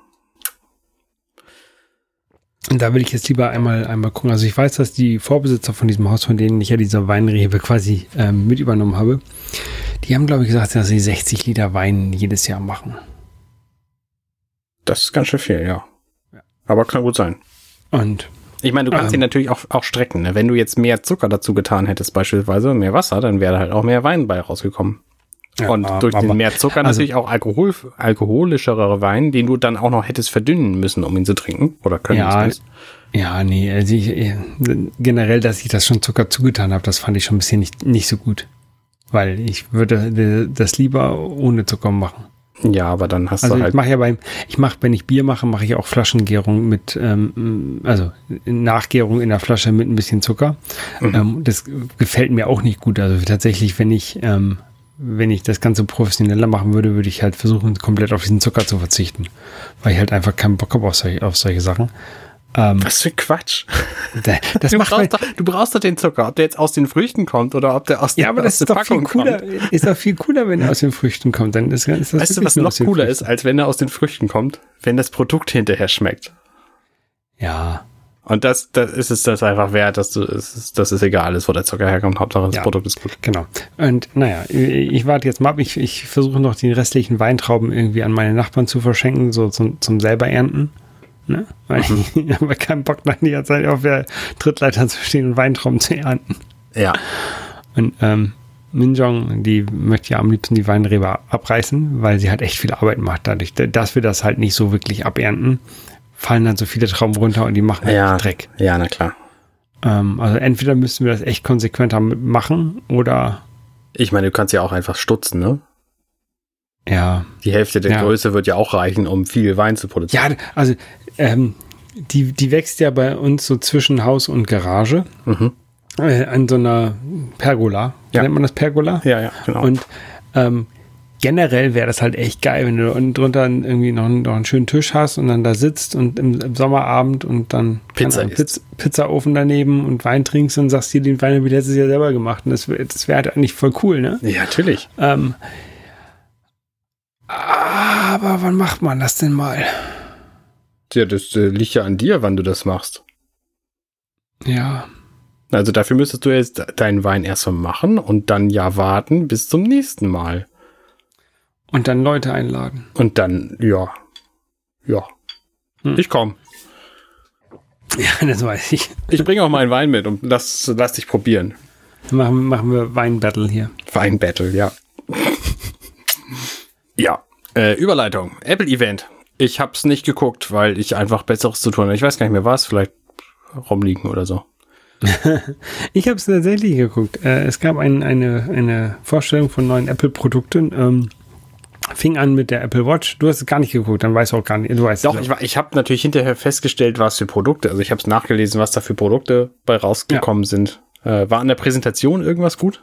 S2: Und da will ich jetzt lieber einmal, einmal gucken. Also ich weiß, dass die Vorbesitzer von diesem Haus, von denen ich ja diese Weinrebe quasi ähm, mit übernommen habe, die haben, glaube ich, gesagt, dass sie sechzig Liter Wein jedes Jahr machen.
S3: Das ist ganz schön viel, ja. Aber kann gut sein.
S2: Und
S3: ich meine, du kannst ähm, ihn natürlich auch, auch strecken. Ne? Wenn du jetzt mehr Zucker dazu getan hättest, beispielsweise mehr Wasser, dann wäre halt auch mehr Wein bei rausgekommen. Ja, und durch aber, den mehr Zucker also, natürlich auch Alkohol, alkoholischere Wein, den du dann auch noch hättest verdünnen müssen, um ihn zu trinken. Oder können
S2: ja,
S3: es
S2: ja, nee, also ich, generell, dass ich das schon Zucker zugetan habe, das fand ich schon ein bisschen nicht, nicht so gut. Weil ich würde das lieber ohne Zucker machen.
S3: Ja, aber dann hast
S2: also
S3: du halt.
S2: Ich mache ja beim, ich mache, wenn ich Bier mache, mache ich auch Flaschengärung mit, ähm, also Nachgärung in der Flasche mit ein bisschen Zucker. Mhm. Ähm, das gefällt mir auch nicht gut. Also tatsächlich, wenn ich, ähm, wenn ich das Ganze professioneller machen würde, würde ich halt versuchen, komplett auf diesen Zucker zu verzichten. Weil ich halt einfach keinen Bock habe auf solche, auf solche Sachen.
S3: Ähm, Was für Quatsch.
S2: Da, das
S3: du,
S2: macht
S3: brauchst doch, du brauchst doch den Zucker, ob der jetzt aus den Früchten kommt oder ob der aus,
S2: ja, aber
S3: aus
S2: das
S3: der
S2: ist doch
S3: Packung
S2: viel cooler,
S3: kommt.
S2: ist doch viel cooler, wenn er aus den Früchten kommt. Dann ist, ist das
S3: weißt du, was noch cooler ist, als wenn er aus den Früchten kommt? Wenn das Produkt hinterher schmeckt.
S2: Ja.
S3: Und das, das ist es das einfach wert, dass du, es, dass es egal ist, wo der Zucker herkommt. Hauptsache das ja, Produkt ist gut.
S2: Genau. Und naja, ich warte jetzt mal ab. Ich, ich versuche noch die restlichen Weintrauben irgendwie an meine Nachbarn zu verschenken, so zum, zum selber ernten. Ne? Weil mhm. ich habe keinen Bock, dann die ganze Zeit auf der Trittleiter zu stehen und Weintrauben zu ernten.
S3: Ja.
S2: Und ähm, Minjong, die möchte ja am liebsten die Weinrebe abreißen, weil sie halt echt viel Arbeit macht. Dadurch, dass wir das halt nicht so wirklich abernten, fallen dann so viele Trauben runter und die machen halt
S3: ja.
S2: Dreck.
S3: Ja, na klar.
S2: Ähm, also entweder müssten wir das echt konsequenter machen oder...
S3: Ich meine, du kannst ja auch einfach stutzen, ne?
S2: Ja.
S3: Die Hälfte der
S2: ja.
S3: Größe wird ja auch reichen, um viel Wein zu produzieren.
S2: Ja, also ähm, die, die wächst ja bei uns so zwischen Haus und Garage mhm. äh, an so einer Pergola.
S3: Ja.
S2: Nennt man das Pergola?
S3: Ja, ja, genau.
S2: Und ähm, generell wäre das halt echt geil, wenn du unten drunter irgendwie noch, noch einen schönen Tisch hast und dann da sitzt und im, im Sommerabend und dann
S3: Pizza
S2: einen Piz, Pizzaofen daneben und Wein trinkst und sagst dir, den Wein habe ich letztes Jahr selber gemacht. Und das, das wäre halt eigentlich voll cool, ne?
S3: Ja, natürlich.
S2: Ähm, aber wann macht man das denn mal?
S3: Tja, das äh, liegt ja an dir, wann du das machst.
S2: Ja.
S3: Also dafür müsstest du jetzt deinen Wein erstmal machen und dann ja warten bis zum nächsten Mal.
S2: Und dann Leute einladen.
S3: Und dann, ja, ja, hm. ich komme.
S2: Ja, das weiß ich.
S3: Ich bringe auch meinen Wein mit und lass, lass dich probieren.
S2: Machen, machen wir Wein-Battle hier.
S3: Wein-Battle, ja. ja, äh, Überleitung. Apple-Event. Ich hab's nicht geguckt, weil ich einfach Besseres zu tun habe. Ich weiß gar nicht mehr was, vielleicht rumliegen oder so.
S2: Ich habe es tatsächlich geguckt. Äh, es gab ein, eine, eine Vorstellung von neuen Apple-Produkten. Ähm, fing an mit der Apple Watch. Du hast es gar nicht geguckt, dann weißt du auch gar nicht. Du weißt
S3: Doch, ich, ich habe natürlich hinterher festgestellt, was für Produkte. Also ich habe es nachgelesen, was da für Produkte bei rausgekommen ja. sind. Äh, war an der Präsentation irgendwas gut?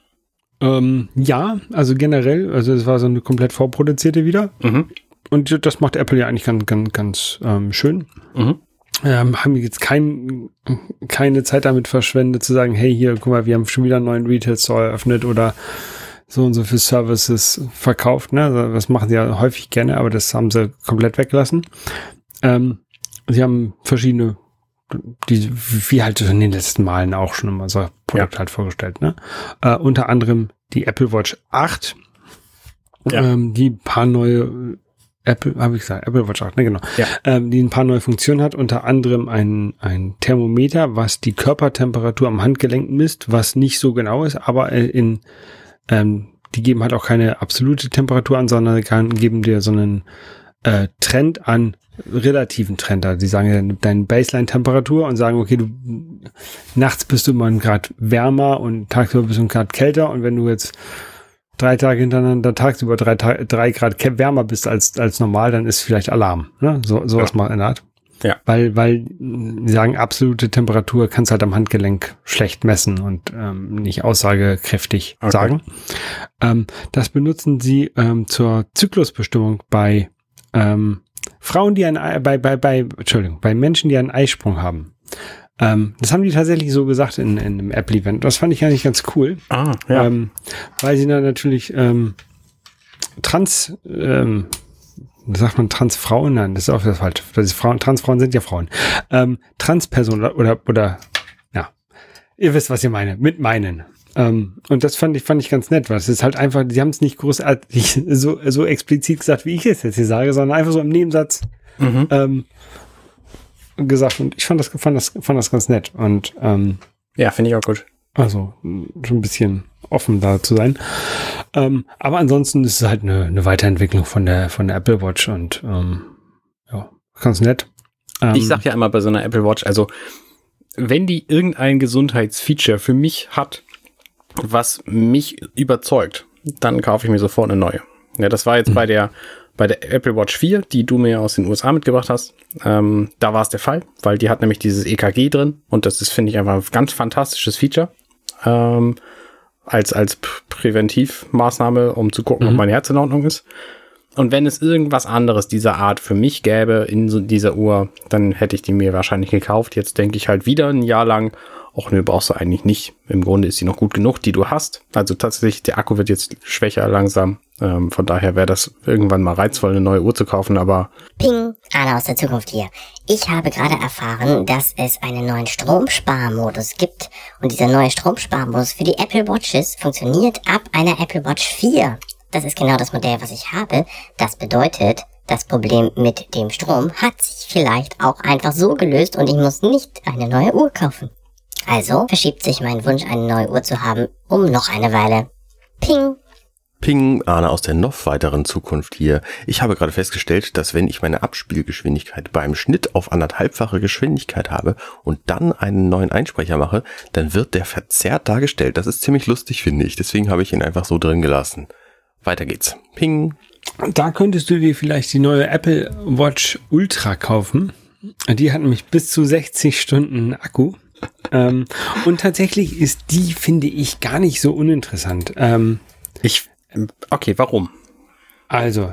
S2: Ähm, ja, also generell. Also es war so eine komplett vorproduzierte wieder. Mhm. Und das macht Apple ja eigentlich ganz, ganz, ganz ähm, schön. Mhm. Ähm, haben jetzt kein, keine Zeit damit verschwendet, zu sagen, hey, hier, guck mal, wir haben schon wieder einen neuen Retail-Store eröffnet oder so und so für Services verkauft. Ne? Das machen sie ja häufig gerne, aber das haben sie komplett weggelassen. Ähm, sie haben verschiedene, die, wie halt in den letzten Malen auch schon immer so Produkte ja. halt vorgestellt. Ne? Äh, unter anderem die Apple Watch acht, ja. ähm, die ein paar neue Apple, habe ich gesagt, Apple Watch acht, ne, genau. Ja. Ähm, die ein paar neue Funktionen hat, unter anderem ein, ein Thermometer, was die Körpertemperatur am Handgelenk misst, was nicht so genau ist, aber in, ähm, die geben halt auch keine absolute Temperatur an, sondern kann, geben dir so einen äh, Trend an, relativen Trend. Also die sagen ja deine Baseline-Temperatur und sagen, okay, du nachts bist du immer einen Grad wärmer und tagsüber bist du einen Grad kälter und wenn du jetzt drei Tage hintereinander tagsüber drei, drei Grad wärmer bist als, als normal, dann ist vielleicht Alarm. Ne? So, sowas ja. mal in der Art. Ja. Weil, weil, die sagen, absolute Temperatur kannst halt am Handgelenk schlecht messen und ähm, nicht aussagekräftig okay. sagen. Ähm, das benutzen sie ähm, zur Zyklusbestimmung bei ähm, Frauen, die ein Ei, bei, bei, bei, Entschuldigung, bei Menschen, die einen Eisprung haben. Ähm, das haben die tatsächlich so gesagt in, in einem Apple-Event. Das fand ich eigentlich ganz cool.
S3: Ah, ja.
S2: Ähm, weil sie dann natürlich ähm, Trans, ähm, sagt man Transfrauen? Nein, das ist auch das falsch. Das ist Frauen, Transfrauen sind ja Frauen. Ähm, Transpersonen oder, oder, ja, ihr wisst, was ich meine, mit meinen. Ähm, und das fand ich, fand ich ganz nett, weil es ist halt einfach, sie haben es nicht großartig so, so explizit gesagt, wie ich es jetzt hier sage, sondern einfach so im Nebensatz, mhm. ähm, gesagt und ich fand das, fand das, fand das ganz nett und ähm,
S3: ja, finde ich auch gut.
S2: Also schon ein bisschen offen da zu sein. Ähm, aber ansonsten ist es halt eine, eine Weiterentwicklung von der von der Apple Watch und ähm, ja, ganz nett. Ähm,
S3: ich sag ja immer bei so einer Apple Watch, also wenn die irgendein Gesundheitsfeature für mich hat, was mich überzeugt, dann kaufe ich mir sofort eine neue. Ja, das war jetzt mhm. bei der Bei der Apple Watch vier, die du mir aus den U S A mitgebracht hast, ähm, da war es der Fall, weil die hat nämlich dieses E K G drin und das ist, finde ich, einfach ein ganz fantastisches Feature ähm, als, als Präventivmaßnahme, um zu gucken, mhm. ob mein Herz in Ordnung ist. Und wenn es irgendwas anderes dieser Art für mich gäbe in so dieser Uhr, dann hätte ich die mir wahrscheinlich gekauft. Jetzt denke ich halt wieder ein Jahr lang, ach nö, brauchst du eigentlich nicht. Im Grunde ist sie noch gut genug, die du hast. Also tatsächlich, der Akku wird jetzt schwächer langsam. Ähm, von daher wäre das irgendwann mal reizvoll, eine neue Uhr zu kaufen, aber...
S1: Ping, Anna aus der Zukunft hier. Ich habe gerade erfahren, dass es einen neuen Stromsparmodus gibt. Und dieser neue Stromsparmodus für die Apple Watches funktioniert ab einer Apple Watch vier. Das ist genau das Modell, was ich habe. Das bedeutet, das Problem mit dem Strom hat sich vielleicht auch einfach so gelöst und ich muss nicht eine neue Uhr kaufen. Also verschiebt sich mein Wunsch, eine neue Uhr zu haben, um noch eine Weile. Ping.
S4: Ping, Arne aus der noch weiteren Zukunft hier. Ich habe gerade festgestellt, dass wenn ich meine Abspielgeschwindigkeit beim Schnitt auf anderthalbfache Geschwindigkeit habe und dann einen neuen Einsprecher mache, dann wird der verzerrt dargestellt. Das ist ziemlich lustig, finde ich. Deswegen habe ich ihn einfach so drin gelassen. Weiter geht's. Ping.
S2: Da könntest du dir vielleicht die neue Apple Watch Ultra kaufen. Die hat nämlich bis zu sechzig Stunden Akku. ähm, und tatsächlich ist die, finde ich, gar nicht so uninteressant. Ähm,
S3: ich Okay, warum?
S2: Also,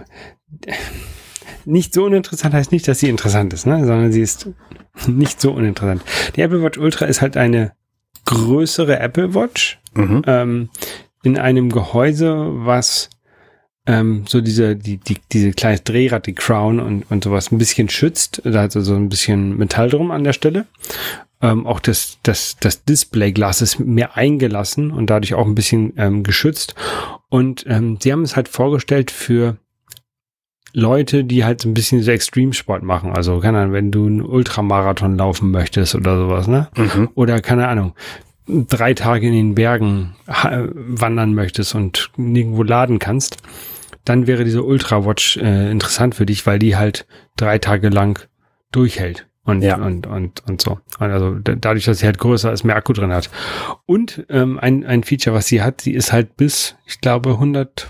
S2: nicht so uninteressant heißt nicht, dass sie interessant ist, ne? Sondern sie ist nicht so uninteressant. Die Apple Watch Ultra ist halt eine größere Apple Watch mhm. ähm, in einem Gehäuse, was ähm, so diese die die diese kleine Drehrad, die Crown und und sowas ein bisschen schützt. Da hat so ein bisschen Metall drum an der Stelle. Ähm, auch das, das, das Displayglas ist mehr eingelassen und dadurch auch ein bisschen ähm, geschützt. Und ähm, sie haben es halt vorgestellt für Leute, die halt so ein bisschen so Extremsport machen. Also, keine Ahnung, wenn du einen Ultramarathon laufen möchtest oder sowas, ne? Mhm. Oder, keine Ahnung, drei Tage in den Bergen wandern möchtest und nirgendwo laden kannst, dann wäre diese Ultra-Watch äh, interessant für dich, weil die halt drei Tage lang durchhält. Und, ja. und, und, und so. Also dadurch, dass sie halt größer ist, mehr Akku drin hat. Und ähm, ein, ein Feature, was sie hat, sie ist halt bis, ich glaube, hundert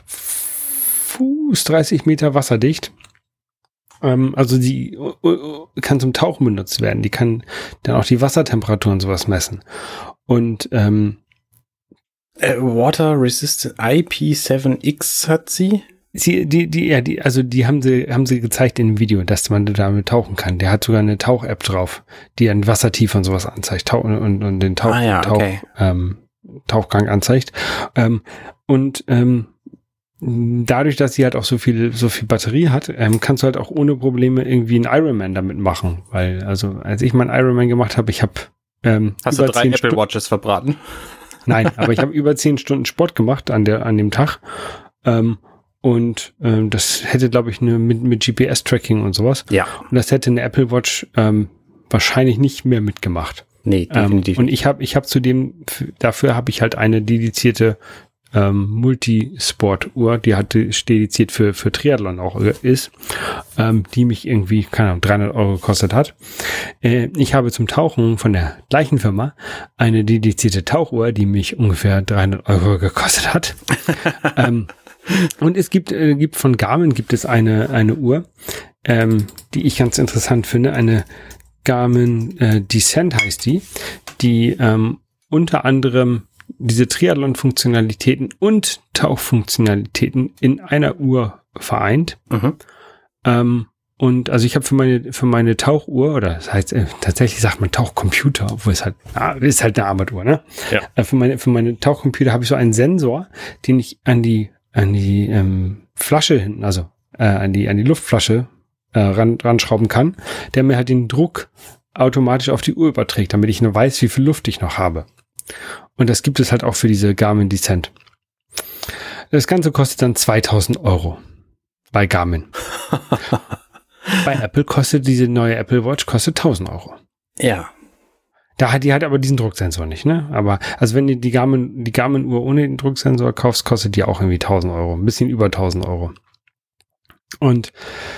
S2: Fuß, dreißig Meter wasserdicht. Ähm, also die uh, uh, kann zum Tauchen benutzt werden. Die kann dann auch die Wassertemperatur und sowas messen. Und ähm,
S3: äh, Water Resistant I P seven X hat sie?
S2: Sie, die, die, ja, die, also die haben sie, haben sie gezeigt in dem Video, dass man damit tauchen kann. Der hat sogar eine Tauch-App drauf, die ein Wassertief und sowas anzeigt, Tauch, und, und den Tauch,
S3: ah, ja, okay.
S2: Tauch, ähm, Tauchgang anzeigt. Ähm, und ähm, dadurch, dass sie halt auch so viel, so viel Batterie hat, ähm, kannst du halt auch ohne Probleme irgendwie einen Ironman damit machen. Weil, also, als ich meinen Ironman gemacht habe, ich habe ähm,
S3: Hast du drei Apple Watches verbraten?
S2: Nein, aber ich habe über zehn Stunden Sport gemacht an der, an dem Tag. Ähm, Und ähm, das hätte, glaube ich, eine mit, mit G P S-Tracking und sowas.
S3: Ja.
S2: Und das hätte eine Apple Watch ähm, wahrscheinlich nicht mehr mitgemacht.
S3: Nee, definitiv.
S2: Ähm, und ich habe ich hab zudem, dafür habe ich halt eine dedizierte ähm, Multisport-Uhr, die halt dediziert für, für Triathlon auch ist, ähm, die mich irgendwie, keine Ahnung, dreihundert Euro gekostet hat. Äh, ich habe zum Tauchen von der gleichen Firma eine dedizierte Tauchuhr, die mich ungefähr dreihundert Euro gekostet hat. ähm, Und es gibt, äh, gibt von Garmin gibt es eine, eine Uhr, ähm, die ich ganz interessant finde, eine Garmin äh, Descent heißt die, die ähm, unter anderem diese Triathlon-Funktionalitäten und Tauchfunktionalitäten in einer Uhr vereint. Mhm. Ähm, und also ich habe für meine, für meine Tauchuhr, oder das heißt, äh, tatsächlich sagt man Tauchcomputer, obwohl es halt, ah, ist halt eine Armbanduhr, ne? Ja. Äh, für meine, für meine Tauchcomputer habe ich so einen Sensor, den ich an die an die ähm, Flasche hinten, also äh, an die an die Luftflasche äh, ran, ranschrauben kann, der mir halt den Druck automatisch auf die Uhr überträgt, damit ich nur weiß, wie viel Luft ich noch habe. Und das gibt es halt auch für diese Garmin Descent. Das Ganze kostet dann zweitausend Euro bei Garmin. Bei Apple kostet diese neue Apple Watch kostet tausend Euro.
S3: Ja.
S2: Da hat die halt aber diesen Drucksensor nicht, ne? Aber, also wenn du die Garmin, die Garmin-Uhr ohne den Drucksensor kaufst, kostet die auch irgendwie tausend Euro. Ein bisschen über tausend Euro. Und,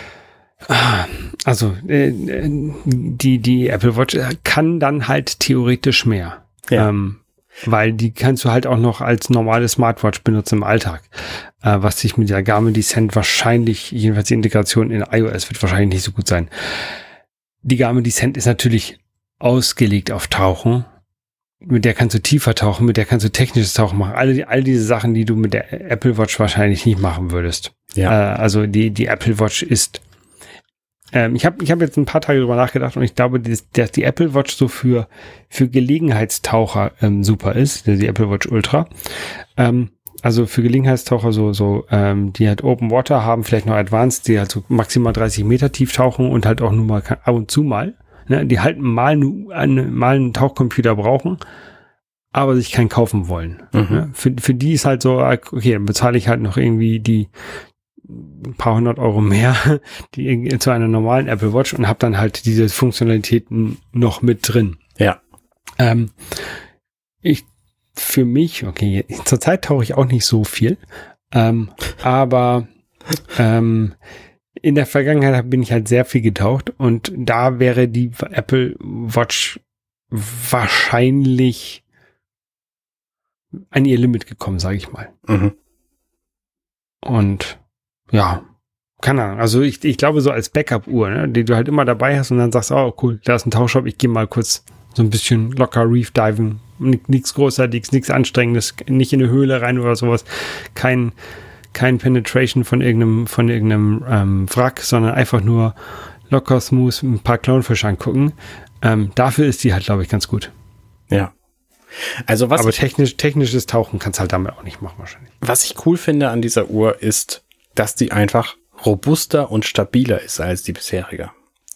S2: also, äh, die, die Apple Watch kann dann halt theoretisch mehr. Ja. Ähm, weil die kannst du halt auch noch als normale Smartwatch benutzen im Alltag. Äh, was sich mit der Garmin Descent wahrscheinlich, jedenfalls die Integration in iOS wird wahrscheinlich nicht so gut sein. Die Garmin Descent ist natürlich ausgelegt auf Tauchen. Mit der kannst du tiefer tauchen, mit der kannst du technisches Tauchen machen. Alle, all diese Sachen, die du mit der Apple Watch wahrscheinlich nicht machen würdest. Ja. Äh, also die, die Apple Watch ist ähm, ich habe ich hab jetzt ein paar Tage drüber nachgedacht und ich glaube, dass die, die Apple Watch so für, für Gelegenheitstaucher ähm, super ist, die Apple Watch Ultra. Ähm, also für Gelegenheitstaucher so, so ähm, die halt Open Water haben, vielleicht noch Advanced, die halt so maximal dreißig Meter tief tauchen und halt auch nur mal ab und zu mal. Ne, die halt mal, einen, mal einen Tauchcomputer brauchen, aber sich keinen kaufen wollen. Mhm. Ne? Für, für die ist halt so, okay, dann bezahle ich halt noch irgendwie die ein paar hundert Euro mehr die, zu einer normalen Apple Watch und habe dann halt diese Funktionalitäten noch mit drin.
S3: Ja.
S2: Ähm, ich, für mich, okay, zurzeit tauche ich auch nicht so viel, ähm, aber ähm, in der Vergangenheit bin ich halt sehr viel getaucht und da wäre die Apple Watch wahrscheinlich an ihr Limit gekommen, sage ich mal. Mhm. Und ja, keine Ahnung. Also ich, ich glaube so als Backup-Uhr, ne, die du halt immer dabei hast und dann sagst, oh cool, da ist ein Tauchshop, ich gehe mal kurz so ein bisschen locker Reef-Diven. Nichts Großartiges, nichts Anstrengendes, nicht in eine Höhle rein oder sowas. Kein kein Penetration von irgendeinem, von irgendeinem ähm, Wrack, sondern einfach nur locker smooth ein paar Clownfische angucken. Ähm, dafür ist die halt, glaube ich, ganz gut.
S3: Ja. Also was
S2: Aber technisch, technisches Tauchen kannst halt damit auch nicht machen wahrscheinlich.
S3: Was ich cool finde an dieser Uhr ist, dass die einfach robuster und stabiler ist als die bisherige.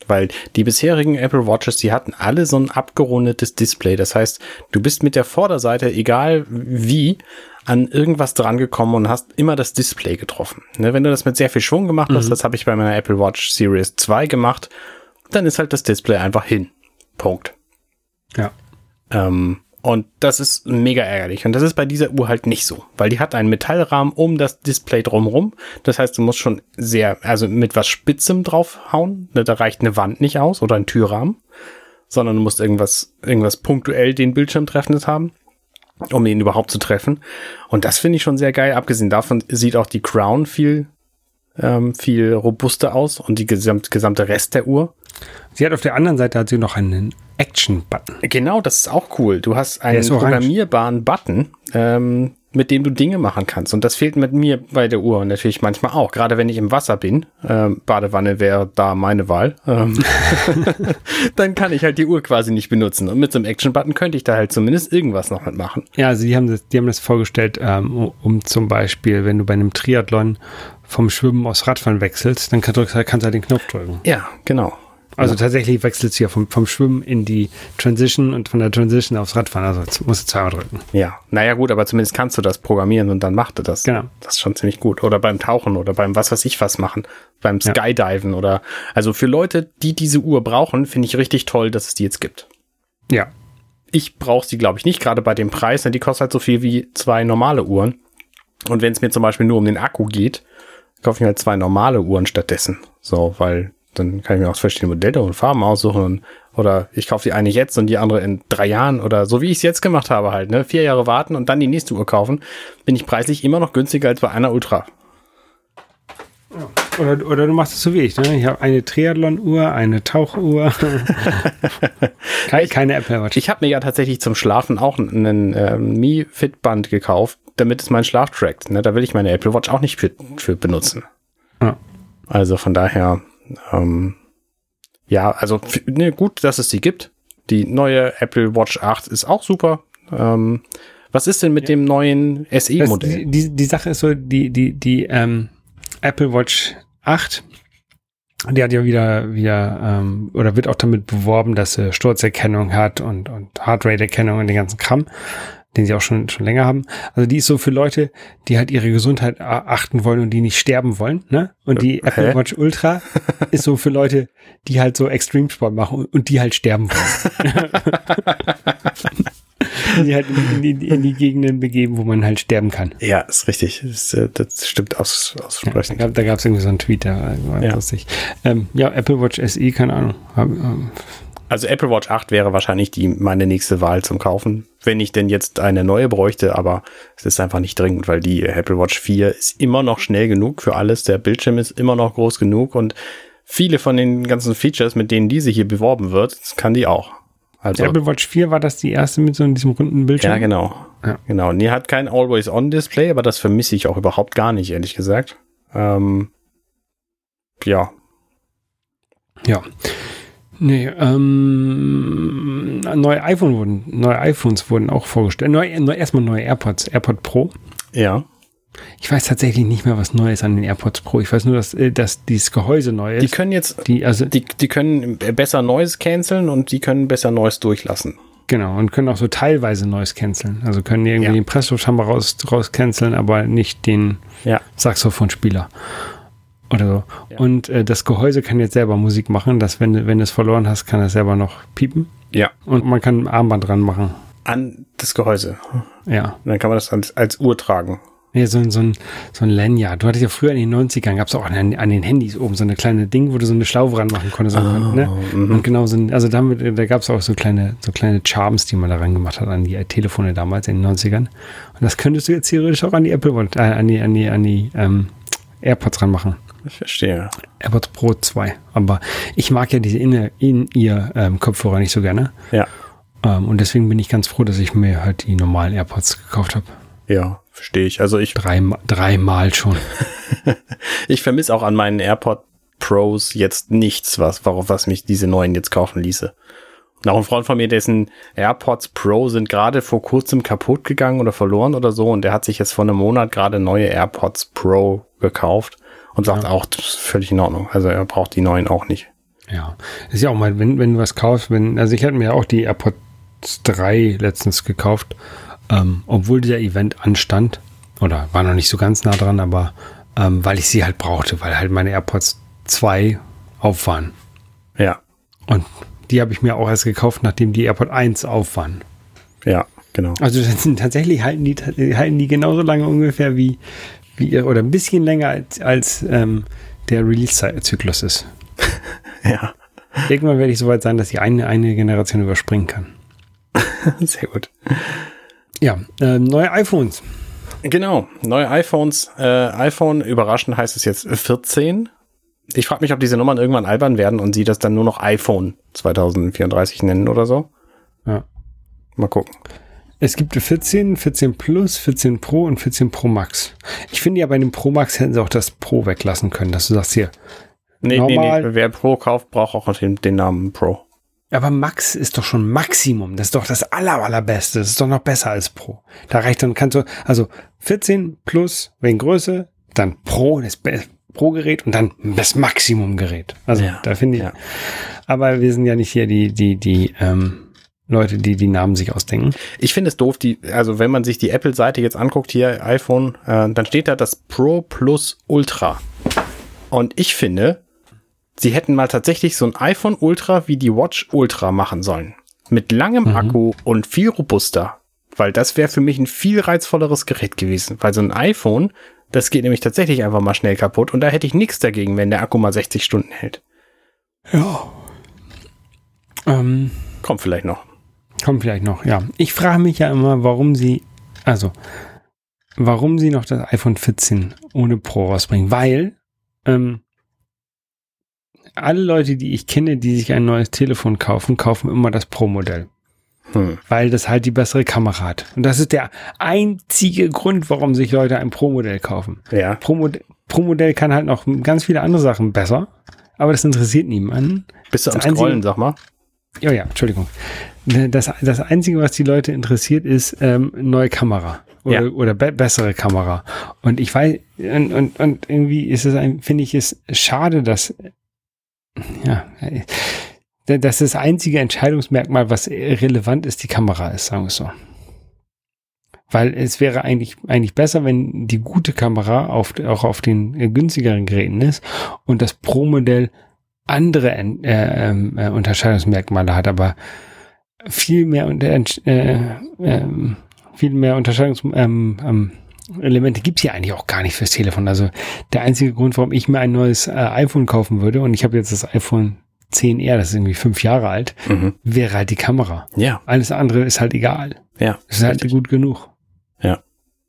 S3: weil die bisherigen Apple Watches, die hatten alle so ein abgerundetes Display. Das heißt, du bist mit der Vorderseite, egal wie, an irgendwas dran gekommen und hast immer das Display getroffen. Ne, wenn du das mit sehr viel Schwung gemacht hast, mhm. das habe ich bei meiner Apple Watch Series zwei gemacht, dann ist halt das Display einfach hin. Punkt.
S2: Ja.
S3: Ähm, und das ist mega ärgerlich. Und das ist bei dieser Uhr halt nicht so, weil die hat einen Metallrahmen um das Display drumherum. Das heißt, du musst schon sehr, also mit was Spitzem draufhauen. Da reicht eine Wand nicht aus oder ein Türrahmen, sondern du musst irgendwas, irgendwas punktuell den Bildschirm treffendes haben, um ihn überhaupt zu treffen. Und das finde ich schon sehr geil. Abgesehen davon sieht auch die Crown viel, ähm, viel robuster aus und die gesamt, gesamte Rest der Uhr.
S2: Sie hat auf der anderen Seite hat sie noch einen Action-Button.
S3: Genau, das ist auch cool. Du hast einen programmierbaren Button, ähm, mit dem du Dinge machen kannst. Und das fehlt mit mir bei der Uhr natürlich manchmal auch. Gerade wenn ich im Wasser bin, ähm, Badewanne wäre da meine Wahl, ähm, dann kann ich halt die Uhr quasi nicht benutzen. Und mit so einem Action-Button könnte ich da halt zumindest irgendwas noch mitmachen.
S2: Ja, also die haben das, die haben das vorgestellt, ähm, um, um zum Beispiel, wenn du bei einem Triathlon vom Schwimmen aufs Radfahren wechselst, dann kannst du, kannst du halt den Knopf drücken.
S3: Ja, genau.
S2: Also ja. Tatsächlich wechselst du ja vom, vom Schwimmen in die Transition und von der Transition aufs Radfahren. Also musst du zweimal drücken.
S3: Ja, naja gut, aber zumindest kannst du das programmieren und dann macht er das.
S2: Genau.
S3: Das ist schon ziemlich gut. Oder beim Tauchen oder beim was weiß ich was machen. Beim Skydiven ja. oder, also für Leute, die diese Uhr brauchen, finde ich richtig toll, dass es die jetzt gibt.
S2: Ja.
S3: Ich brauche sie, glaube ich, nicht, gerade bei dem Preis, denn die kostet halt so viel wie zwei normale Uhren. Und wenn es mir zum Beispiel nur um den Akku geht, kaufe ich mir halt zwei normale Uhren stattdessen. So, weil dann kann ich mir auch verschiedene Modelle und Farben aussuchen. Und, oder ich kaufe die eine jetzt und die andere in drei Jahren oder so, wie ich es jetzt gemacht habe halt. Ne? Vier Jahre warten und dann die nächste Uhr kaufen. Bin ich preislich immer noch günstiger als bei einer Ultra.
S2: Oder, oder du machst es so wie ich. Ne? Ich habe eine Triathlon-Uhr, eine Tauchuhr. keine, keine Apple Watch.
S3: Ich habe mir ja tatsächlich zum Schlafen auch einen ähm, Mi Fit Band gekauft, damit es meinen Schlaf trackt. Ne? Da will ich meine Apple Watch auch nicht für, für benutzen. Ja. Also von daher... Ähm, ja, also ne, gut, dass es die gibt. Die neue Apple Watch acht ist auch super. Ähm, was ist denn mit ja. dem neuen S E-Modell?
S2: Die, die, die Sache ist so, die, die, die ähm, Apple Watch acht, die hat ja wieder, wieder ähm, oder wird auch damit beworben, dass sie Sturzerkennung hat und, und Heartrate-Erkennung und den ganzen Kram, den sie auch schon, schon länger haben. Also die ist so für Leute, die halt ihre Gesundheit achten wollen und die nicht sterben wollen, ne? Und die Apple Hä? Watch Ultra ist so für Leute, die halt so Extremsport machen und die halt sterben wollen. die halt in, in, in die Gegenden begeben, wo man halt sterben kann.
S3: Ja, ist richtig. Das, das stimmt aus, aussprechend.
S2: Ja, da gab es irgendwie so einen Tweet, da war ja. lustig. Ähm, ja, Apple Watch S E, keine Ahnung. Ähm,
S3: Also Apple Watch acht wäre wahrscheinlich die meine nächste Wahl zum Kaufen, wenn ich denn jetzt eine neue bräuchte, aber es ist einfach nicht dringend, weil die Apple Watch vier ist immer noch schnell genug für alles, der Bildschirm ist immer noch groß genug und viele von den ganzen Features, mit denen diese hier beworben wird, kann die auch. Also
S2: die Apple Watch vier war das die erste mit so diesem runden Bildschirm?
S3: Ja, genau. Ja. Genau. Und die hat kein Always-On-Display, aber das vermisse ich auch überhaupt gar nicht, ehrlich gesagt. Ähm, ja.
S2: Ja. Nee, ähm, neue iPhone wurden, neue iPhones wurden auch vorgestellt. Neu, neu, erstmal neue AirPods, AirPod Pro.
S3: Ja.
S2: Ich weiß tatsächlich nicht mehr, was neu ist an den AirPods Pro. Ich weiß nur, dass, dass dieses Gehäuse neu ist.
S3: Die können jetzt,
S2: die, also,
S3: die, die können besser Noise canceln und die können besser Noise durchlassen.
S2: Genau, und können auch so teilweise Noise canceln. Also können irgendwie ja. den Presslufthammer raus, raus canceln, aber nicht den
S3: ja.
S2: Saxophonspieler. Oder so. Ja. Und äh, das Gehäuse kann jetzt selber Musik machen, dass wenn, wenn du es verloren hast, kann es selber noch piepen.
S3: Ja.
S2: Und man kann ein Armband dran machen.
S3: An das Gehäuse.
S2: Ja.
S3: Und dann kann man das als, als Uhr tragen.
S2: Ja, so, so ein, so ein Lanyard. Du hattest ja früher in den neunzigern, gab es auch an, an den Handys oben so eine kleine Ding, wo du so eine Schlaufe ranmachen konntest. So, oh, ne? mm-hmm. Und genau so ein, also damit, da gab es auch so kleine, so kleine Charms, die man da ran gemacht hat an die Telefone damals in den neunzigern. Und das könntest du jetzt theoretisch auch an die Apple Watch, äh, an die, an die, an die ähm, AirPods ranmachen.
S3: Ich verstehe.
S2: AirPods Pro zwei. Aber ich mag ja diese In-Ear-Kopfhörer ähm, nicht so gerne.
S3: Ja.
S2: Ähm, und deswegen bin ich ganz froh, dass ich mir halt die normalen AirPods gekauft habe.
S3: Ja, verstehe ich. Also ich
S2: Drei, dreimal schon.
S3: Ich vermisse auch an meinen AirPod Pros jetzt nichts, was, was mich diese neuen jetzt kaufen ließe. Und auch ein Freund von mir, dessen AirPods Pro sind gerade vor kurzem kaputt gegangen oder verloren oder so. Und der hat sich jetzt vor einem Monat gerade neue AirPods Pro gekauft und sagt ja. auch, das ist völlig in Ordnung. Also er braucht die neuen auch nicht.
S2: Ja, ist ja auch mal, wenn, wenn du was kaufst, wenn, also ich hatte mir auch die AirPods drei letztens gekauft, ähm, obwohl dieser Event anstand, oder war noch nicht so ganz nah dran, aber ähm, weil ich sie halt brauchte, weil halt meine AirPods zwei auf waren.
S3: Ja.
S2: Und die habe ich mir auch erst gekauft, nachdem die AirPod eins auf waren.
S3: Ja, genau.
S2: Also das sind, tatsächlich halten die, halten die genauso lange ungefähr wie, wie oder ein bisschen länger als, als ähm, der Release-Zyklus ist.
S3: Ja.
S2: Irgendwann werde ich soweit sein, dass ich eine, eine Generation überspringen kann.
S3: Sehr gut.
S2: Ja, äh, neue iPhones.
S3: Genau, neue iPhones. Äh, iPhone, überraschend heißt es jetzt vierzehn. Ich frage mich, ob diese Nummern irgendwann albern werden und sie das dann nur noch iPhone zwanzig vierunddreißig nennen oder so.
S2: Ja.
S3: Mal gucken.
S2: Es gibt vierzehn, vierzehn Plus, vierzehn Pro und vierzehn Pro Max. Ich finde ja, bei dem Pro Max hätten sie auch das Pro weglassen können, dass du sagst hier,
S3: Nee,
S2: normal,
S3: nee, nee. Wer Pro kauft, braucht auch den, den Namen Pro.
S2: aber Max ist doch schon Maximum. Das ist doch das aller, allerbeste. Das ist doch noch besser als Pro. Da reicht dann, kannst du, also vierzehn Plus wegen Größe, dann Pro, das Be- Pro-Gerät und dann das Maximum-Gerät. Also
S3: Ja,
S2: da finde ich,
S3: ja.
S2: aber wir sind ja nicht hier die, die, die, ähm, Leute, die die Namen sich ausdenken.
S3: Ich finde es doof, die, also wenn man sich die Apple-Seite jetzt anguckt, hier iPhone, äh, dann steht da das Pro Plus Ultra. Und ich finde, sie hätten mal tatsächlich so ein iPhone Ultra wie die Watch Ultra machen sollen. Mit langem
S2: Mhm.
S3: Akku und viel robuster. Weil das wäre für mich ein viel reizvolleres Gerät gewesen. Weil so ein iPhone, das geht nämlich tatsächlich einfach mal schnell kaputt. Und da hätte ich nichts dagegen, wenn der Akku mal sechzig Stunden hält.
S2: Ja. Ähm,
S3: Kommt vielleicht noch.
S2: kommt vielleicht noch, ja. Ich frage mich ja immer, warum sie, also, warum sie noch das iPhone vierzehn ohne Pro rausbringen. Weil, ähm, alle Leute, die ich kenne, die sich ein neues Telefon kaufen, kaufen immer das Pro-Modell.
S3: Hm.
S2: Weil das halt die bessere Kamera hat. Und das ist der einzige Grund, warum sich Leute ein Pro-Modell kaufen.
S3: Ja.
S2: Pro-Mod- Pro-Modell kann halt noch ganz viele andere Sachen besser, aber das interessiert niemanden.
S3: Bist du am
S2: Das einzige-
S3: Scrollen, sag mal?
S2: Ja, ja, Entschuldigung. Das, das Einzige, was die Leute interessiert, ist ähm, neue Kamera oder,
S3: Ja.
S2: oder be- bessere Kamera. Und ich weiß, und, und, und irgendwie ist es ein, finde ich es schade, dass, ja, dass das einzige Entscheidungsmerkmal, was relevant ist, die Kamera ist, sagen wir es so. Weil es wäre eigentlich, eigentlich besser, wenn die gute Kamera auf, auch auf den äh, günstigeren Geräten ist und das Pro-Modell andere äh, äh, Unterscheidungsmerkmale hat, aber viel mehr unter, äh, äh, viel mehr Unterscheidungselemente ähm, ähm, Elemente gibt's hier eigentlich auch gar nicht fürs Telefon. Also der einzige Grund, warum ich mir ein neues äh, iPhone kaufen würde, und ich habe jetzt das iPhone zehn R, das ist irgendwie fünf Jahre alt,
S3: Mhm.
S2: wäre halt die Kamera.
S3: Ja.
S2: Alles andere ist halt egal.
S3: Ja.
S2: Es ist halt
S3: richtig.
S2: gut genug.
S3: Ja.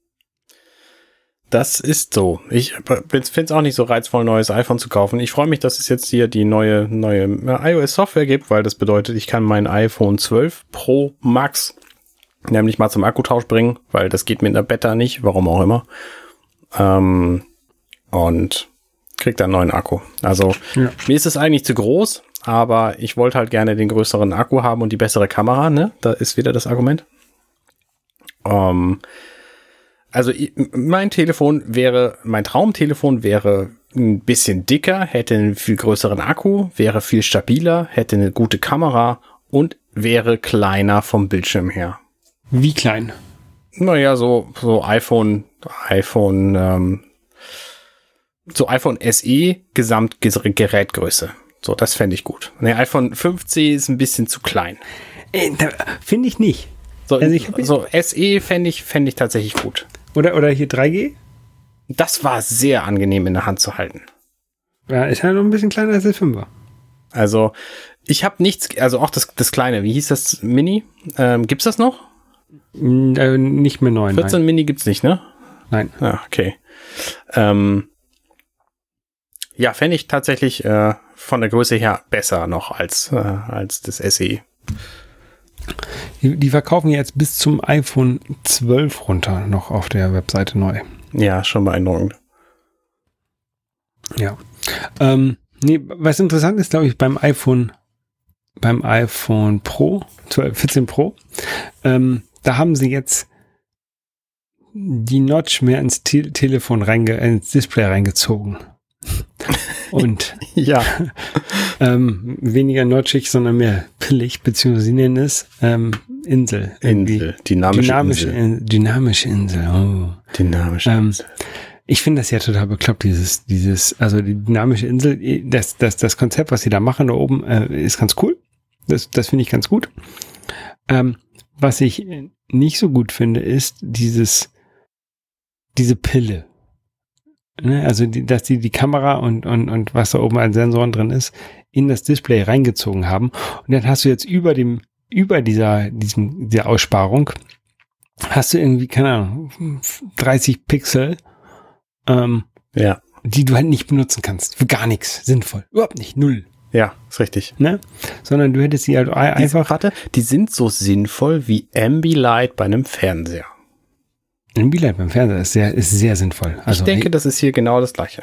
S3: Das ist so. Ich finde es auch nicht so reizvoll, ein neues iPhone zu kaufen. Ich freue mich, dass es jetzt hier die neue, neue iOS-Software gibt, weil das bedeutet, ich kann mein iPhone zwölf Pro Max nämlich mal zum Akkutausch bringen, weil das geht mit einer Beta nicht, warum auch immer. Ähm, und kriegt einen neuen Akku. Also
S2: Ja.
S3: mir ist es eigentlich zu groß, aber ich wollte halt gerne den größeren Akku haben und die bessere Kamera, ne? Da ist wieder das Argument. Ähm, Also i- mein Telefon wäre, mein Traumtelefon wäre ein bisschen dicker, hätte einen viel größeren Akku, wäre viel stabiler, hätte eine gute Kamera und wäre kleiner vom Bildschirm her.
S2: Wie klein?
S3: Naja, so, so iPhone, iPhone, ähm, so iPhone S E Gesamtgerätgröße. So, das fände ich gut. Ne, iPhone fünf C ist ein bisschen zu klein.
S2: Äh, da- Finde ich nicht.
S3: So,
S2: Also ich hab-
S3: so S E fände ich, fände ich tatsächlich gut.
S2: Oder, oder hier drei G?
S3: Das war sehr angenehm in der Hand zu halten.
S2: Ja, ist ja noch ein bisschen kleiner als der fünfer.
S3: Also, ich habe nichts, also auch das, das kleine, wie hieß das Mini? Ähm, gibt's das noch?
S2: Mm, äh, nicht mehr neun.
S3: vierzehn Mini gibt's nicht, ne?
S2: Nein. Nein.
S3: Ah, okay. Ähm, ja, fände ich tatsächlich äh, von der Größe her besser noch als, äh, als das S E.
S2: Die, die verkaufen jetzt bis zum iPhone zwölf runter noch auf der Webseite neu.
S3: Ja, schon beeindruckend.
S2: Ja. Ähm, nee, was interessant ist, glaube ich, beim iPhone, beim iPhone Pro, zwölf, vierzehn Pro, ähm, da haben sie jetzt die Notch mehr ins Te- Telefon reinge, ins Display reingezogen. und
S3: Ja.
S2: ähm, weniger notchig, sondern mehr pillig, beziehungsweise sie nennen es ähm, Insel. irgendwie.
S3: Insel. Dynamische,
S2: Dynamische
S3: Insel.
S2: In, dynamische Insel. Oh.
S3: Dynamische
S2: Ähm,
S3: Insel.
S2: Ich finde das ja total bekloppt, dieses, dieses, also die dynamische Insel, das, das, das Konzept, was sie da machen da oben, äh, ist ganz cool. Das, das finde ich ganz gut. Ähm, was ich nicht so gut finde, ist dieses, diese Pille. Ne? Also, die, dass die die Kamera und, und, und was da oben an Sensoren drin ist, in das Display reingezogen haben. Und dann hast du jetzt über dem, über dieser, diesem, dieser Aussparung, hast du irgendwie, keine Ahnung, dreißig Pixel, ähm,
S3: Ja.
S2: die du halt nicht benutzen kannst. Für gar nichts. Sinnvoll. Überhaupt nicht. Null.
S3: Ja, ist richtig.
S2: Ne? Sondern du hättest sie halt
S3: Die,
S2: einfach
S3: warte, die sind so sinnvoll wie Ambilight bei einem Fernseher.
S2: ein Ambilight beim Fernseher ist sehr, ist sehr sinnvoll. Also,
S3: ich denke, das ist hier genau das Gleiche.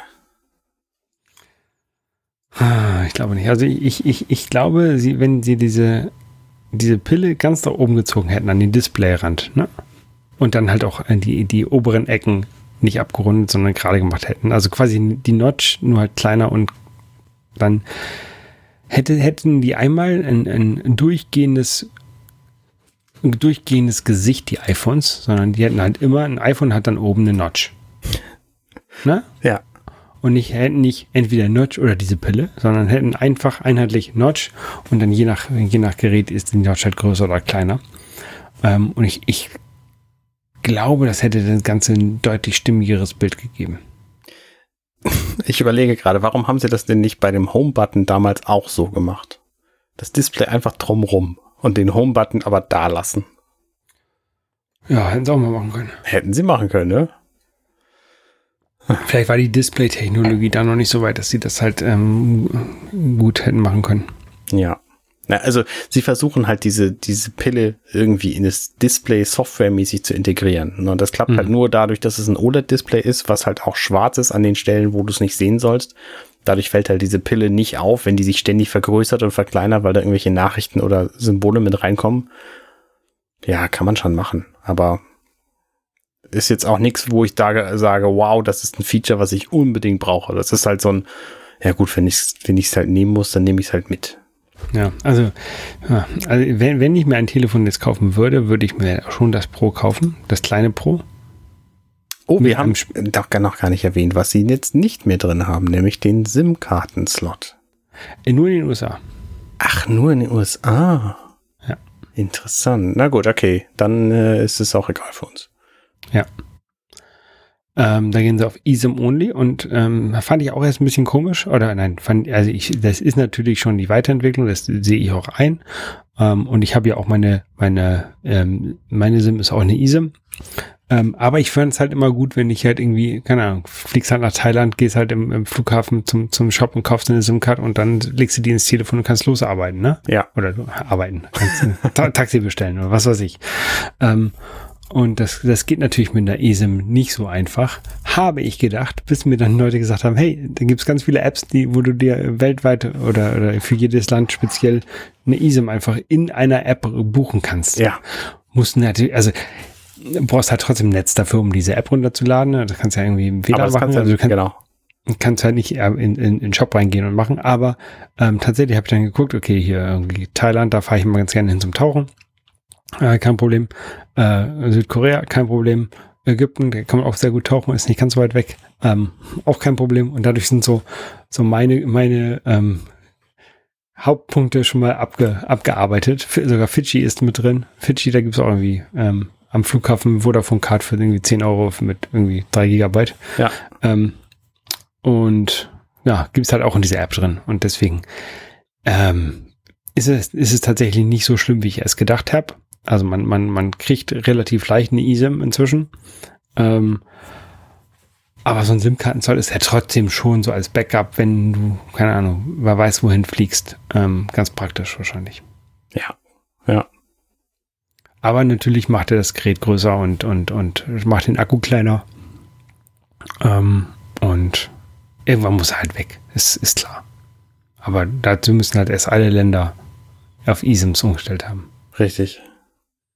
S2: Ah, ich glaube nicht. Also ich, ich, ich glaube, sie, wenn sie diese, diese Pille ganz da oben gezogen hätten an den Displayrand, ne? Und dann halt auch die, die oberen Ecken nicht abgerundet, sondern gerade gemacht hätten. Also quasi die Notch, nur halt kleiner, und dann hätte, hätten die einmal ein, ein durchgehendes ein durchgehendes Gesicht, die iPhones, sondern die hätten halt immer, ein iPhone hat dann oben eine Notch. Ne?
S3: Ja.
S2: Und nicht, hätten nicht entweder Notch oder diese Pille, sondern hätten einfach einheitlich Notch, und dann je nach, je nach Gerät ist die Notch halt größer oder kleiner. Ähm, und ich, ich glaube, das hätte das Ganze ein deutlich stimmigeres Bild gegeben.
S3: Ich überlege gerade, warum haben sie das denn nicht bei dem Home-Button damals auch so gemacht? Das Display einfach drumrum und den Home-Button aber da lassen.
S2: Ja, hätten sie auch mal machen können.
S3: Hätten sie machen können, ne?
S2: Vielleicht war die Display-Technologie da noch nicht so weit, dass sie das halt ähm, gut hätten machen können.
S3: Ja. Na, also sie versuchen halt diese, diese Pille irgendwie in das Display softwaremäßig zu integrieren. Und das klappt mhm. halt nur dadurch, dass es ein O L E D-Display ist, was halt auch schwarz ist an den Stellen, wo du es nicht sehen sollst. Dadurch fällt halt diese Pille nicht auf, wenn die sich ständig vergrößert und verkleinert, weil da irgendwelche Nachrichten oder Symbole mit reinkommen. Ja, kann man schon machen. Aber ist jetzt auch nichts, wo ich da sage, wow, das ist ein Feature, was ich unbedingt brauche. Das ist halt so ein, ja gut, wenn ich es wenn ich's halt nehmen muss, dann nehme ich es halt mit.
S2: Ja, also, ja, also wenn, wenn ich mir ein Telefon jetzt kaufen würde, würde ich mir schon das Pro kaufen, das kleine Pro.
S3: Oh, wir haben doch noch gar nicht erwähnt, was sie jetzt nicht mehr drin haben, nämlich den SIM-Karten-Slot.
S2: Nur in den U S A.
S3: Ach, nur in den U S A?
S2: Ja.
S3: Interessant. Na gut, okay, dann äh, ist es auch egal für uns.
S2: Ja. Ähm, da gehen sie auf eSIM only, und ähm, fand ich auch erst ein bisschen komisch, oder nein, fand, also ich, das ist natürlich schon die Weiterentwicklung, das sehe ich auch ein, ähm, und ich habe ja auch meine, meine, ähm, meine SIM ist auch eine eSIM, ähm, aber ich fand es halt immer gut, wenn ich halt irgendwie, keine Ahnung, fliegst halt nach Thailand, gehst halt im, im Flughafen zum, zum Shop und kaufst eine SIM-Card, und dann legst du die ins Telefon und kannst losarbeiten, ne?
S3: Ja.
S2: Oder du arbeiten, kannst ein Taxi bestellen oder was weiß ich. Ähm, Und das, das geht natürlich mit einer eSIM nicht so einfach, habe ich gedacht, bis mir dann Leute gesagt haben, hey, da gibt's ganz viele Apps, die, wo du dir weltweit oder, oder für jedes Land speziell eine eSIM einfach in einer App buchen kannst.
S3: Ja.
S2: Musst natürlich, also du brauchst halt trotzdem ein Netz dafür, um diese App runterzuladen. Das kannst du ja irgendwie im W L A N machen.
S3: Kannst
S2: also du kannst,
S3: genau.
S2: kannst halt nicht in, in, in den Shop reingehen und machen, aber ähm, tatsächlich habe ich dann geguckt, okay, hier irgendwie Thailand, da fahre ich mal ganz gerne hin zum Tauchen. Äh, kein Problem. Äh, Südkorea, kein Problem. Ägypten, da kann man auch sehr gut tauchen, ist nicht ganz so weit weg. Ähm, auch kein Problem. Und dadurch sind so, so meine, meine ähm, Hauptpunkte schon mal abge, abgearbeitet. F- sogar Fidschi ist mit drin. Fidschi, da gibt's auch irgendwie ähm, am Flughafen Vodafone Card für irgendwie zehn Euro mit irgendwie drei Gigabyte.
S3: Ja.
S2: Ähm, und ja, gibt's halt auch in dieser App drin. Und deswegen ähm, ist es, ist es tatsächlich nicht so schlimm, wie ich es gedacht habe. Also man, man, man kriegt relativ leicht eine eSIM inzwischen. Ähm, aber so ein SIM-Kartenzoll ist ja trotzdem schon so als Backup, wenn du, keine Ahnung, wer weiß, wohin fliegst. Ähm, ganz praktisch wahrscheinlich.
S3: Ja, ja.
S2: Aber natürlich macht er das Gerät größer und, und, und macht den Akku kleiner. Ähm, und irgendwann muss er halt weg. Ist, ist klar. Aber dazu müssen halt erst alle Länder auf eSIMs umgestellt haben.
S3: Richtig.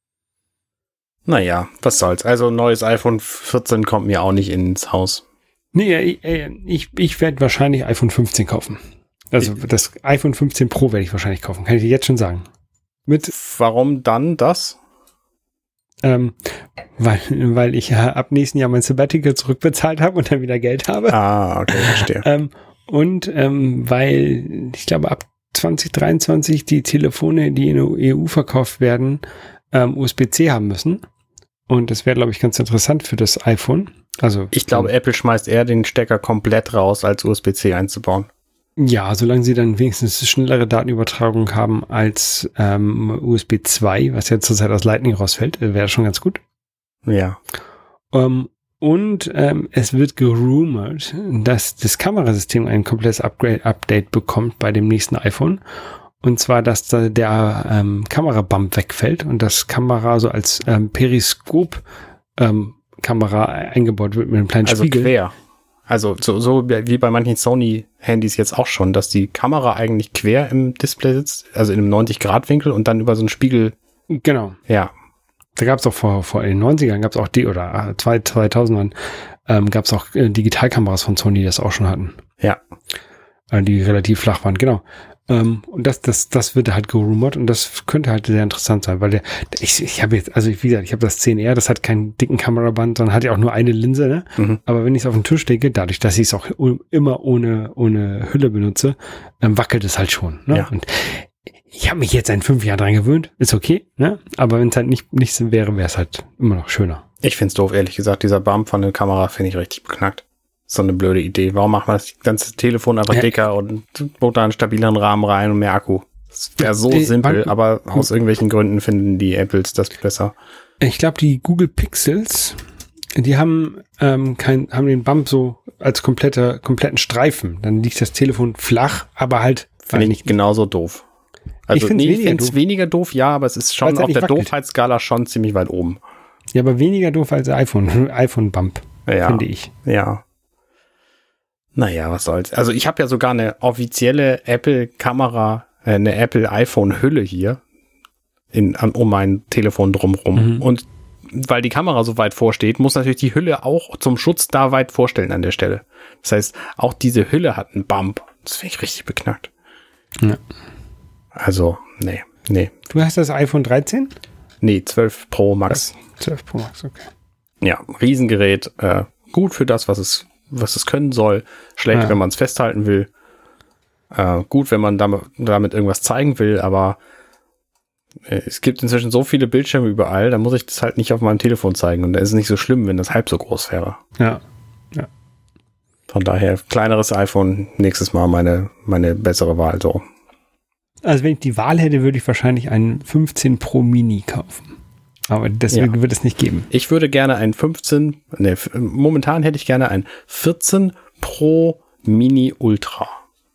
S3: Naja, was soll's. Also ein neues iPhone vierzehn kommt mir auch nicht ins Haus.
S2: Nee, ich, ich werde wahrscheinlich iPhone fünfzehn kaufen. Also das iPhone fünfzehn Pro werde ich wahrscheinlich kaufen, kann ich dir jetzt schon sagen. Mit,
S3: Warum dann das?
S2: ähm, weil, weil ich ja ab nächsten Jahr mein Sabbatical zurückbezahlt habe und dann wieder Geld habe.
S3: Ah, okay, verstehe.
S2: Ähm, und ähm, weil ich glaube ab zwanzig dreiundzwanzig die Telefone, die in der E U verkauft werden, ähm, U S B C haben müssen. Und das wäre, glaube ich, ganz interessant für das iPhone. Also
S3: Ich glaube, ähm, Apple schmeißt eher den Stecker komplett raus, als U S B C einzubauen.
S2: Ja, solange sie dann wenigstens schnellere Datenübertragung haben als ähm, U S B zwei, was ja zurzeit aus Lightning rausfällt, wäre schon ganz gut.
S3: Ja.
S2: Um, und ähm, es wird gerumort, dass das Kamerasystem ein komplettes Upgrade-Update bekommt bei dem nächsten iPhone. Und zwar, dass da der ähm, Kamerabump wegfällt und das Kamera so als ähm, Periskop-Kamera eingebaut wird mit einem kleinen
S3: Also
S2: Spiegel.
S3: quer. Also so, so wie bei manchen Sony-Handys jetzt auch schon, dass die Kamera eigentlich quer im Display sitzt, also in einem neunzig-Grad-Winkel und dann über so einen Spiegel.
S2: Genau.
S3: Ja.
S2: Da gab es auch vor, vor in den neunzigern, gab es auch die, oder zweitausendern, ähm, gab es auch äh, Digitalkameras von Sony, die das auch schon hatten.
S3: Ja.
S2: Äh, die relativ flach waren, genau. Ähm, und das, das, das wird halt gerumort und das könnte halt sehr interessant sein, weil der, ich, ich habe jetzt, also ich, wie gesagt, ich habe das zehn R, das hat keinen dicken Kameraband, sondern hat ja auch nur eine Linse, ne?
S3: Mhm.
S2: Aber wenn ich es auf den Tisch lege, dadurch, dass ich es auch immer ohne, ohne Hülle benutze, ähm, wackelt es halt schon, ne?
S3: Ja.
S2: Und ich habe mich jetzt in fünf Jahren dran gewöhnt, ist okay, ne? Aber wenn es halt nicht, nicht so wäre, wäre es halt immer noch schöner.
S3: Ich find's doof, ehrlich gesagt. Dieser Bump von der Kamera finde ich richtig beknackt. So eine blöde Idee. Warum macht man das ganze Telefon einfach
S2: Ja.
S3: dicker und baut da einen stabileren Rahmen rein und mehr Akku? Das wäre so
S2: Äh,
S3: simpel,
S2: wann-
S3: aber aus irgendwelchen Gründen finden die Apples das besser.
S2: Ich glaube, die Google Pixels, die haben ähm, kein, haben den Bump so als kompletter, kompletten Streifen. Dann liegt das Telefon flach, aber halt
S3: Finde ich
S2: nicht.
S3: genauso doof. Also
S2: find's
S3: nee, ich
S2: weniger
S3: finde es
S2: doof.
S3: weniger doof, ja, aber es ist schon
S2: Weil's halt
S3: auf
S2: nicht
S3: der
S2: wackelt.
S3: Doofheitsskala schon ziemlich weit oben.
S2: Ja, aber weniger doof als der iPhone, iPhone Bump,
S3: Ja.
S2: finde ich.
S3: Ja. Naja, was soll's. Also ich habe ja sogar eine offizielle Apple-Kamera, äh, eine Apple-iPhone-Hülle hier in, an, um mein Telefon drumrum.
S2: Mhm.
S3: Und weil die Kamera so weit vorsteht, muss natürlich die Hülle auch zum Schutz da weit vorstellen an der Stelle. Das heißt, auch diese Hülle hat einen Bump. Das finde ich richtig beknackt.
S2: Ja.
S3: Also, nee, nee.
S2: Du hast das iPhone dreizehn?
S3: Nee, zwölf Pro Max.
S2: zwölf Pro Max, okay.
S3: Ja, Riesengerät, äh, gut für das, was es, was es können soll. Schlecht,
S2: Ja.
S3: wenn man es festhalten will. Äh, gut, wenn man damit, damit irgendwas zeigen will, aber äh, es gibt inzwischen so viele Bildschirme überall, da muss ich das halt nicht auf meinem Telefon zeigen. Und da ist es nicht so schlimm, wenn das halb so groß wäre.
S2: Ja.
S3: Von daher, kleineres iPhone, nächstes Mal meine, meine bessere Wahl so.
S2: Also wenn ich die Wahl hätte, würde ich wahrscheinlich einen fünfzehn Pro Mini kaufen. Aber deswegen
S3: Ja.
S2: wird es nicht geben.
S3: Ich würde gerne ein fünfzehn, ne, momentan hätte ich gerne ein vierzehn Pro Mini Ultra.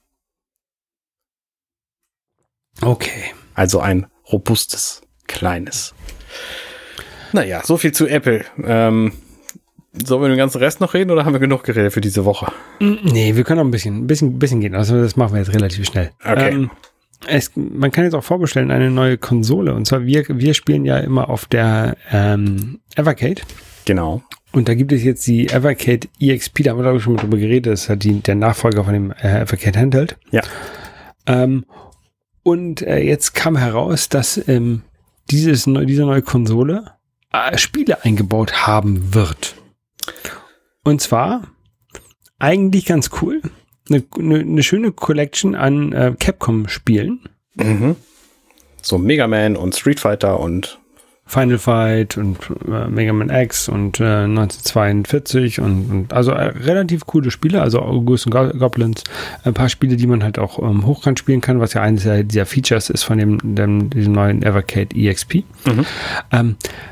S2: Okay.
S3: Also ein robustes, kleines. Naja, so viel zu Apple. Ähm, sollen wir den ganzen Rest noch reden oder haben wir genug geredet für diese Woche?
S2: Nee, wir können noch ein bisschen, ein bisschen, ein bisschen gehen. Also das machen wir jetzt relativ schnell.
S3: Okay.
S2: Ähm, es, man kann jetzt auch vorbestellen eine neue Konsole. Und zwar wir, wir spielen ja immer auf der ähm, Evercade.
S3: Genau.
S2: Und da gibt es jetzt die Evercade E X P. Da haben wir glaube ich schon mal drüber geredet. Das ist halt die, der Nachfolger von dem äh, Evercade Handheld.
S3: Ja.
S2: Ähm, und äh, jetzt kam heraus, dass ähm, dieses, neu- diese neue Konsole äh, Spiele eingebaut haben wird. Und zwar eigentlich ganz cool. Eine, eine, eine schöne Collection an äh, Capcom-Spielen.
S3: Mhm. So Mega Man und Street Fighter und
S2: Final Fight und äh, Mega Man X und äh, neunzehnhundertzweiundvierzig und, und also äh, relativ coole Spiele, also Ghosts and Go- Goblins, ein paar Spiele, die man halt auch ähm, hochkant spielen kann, was ja eines der, dieser Features ist von dem, dem diesem neuen Evercade E X P.
S3: Mhm.
S2: Ähm,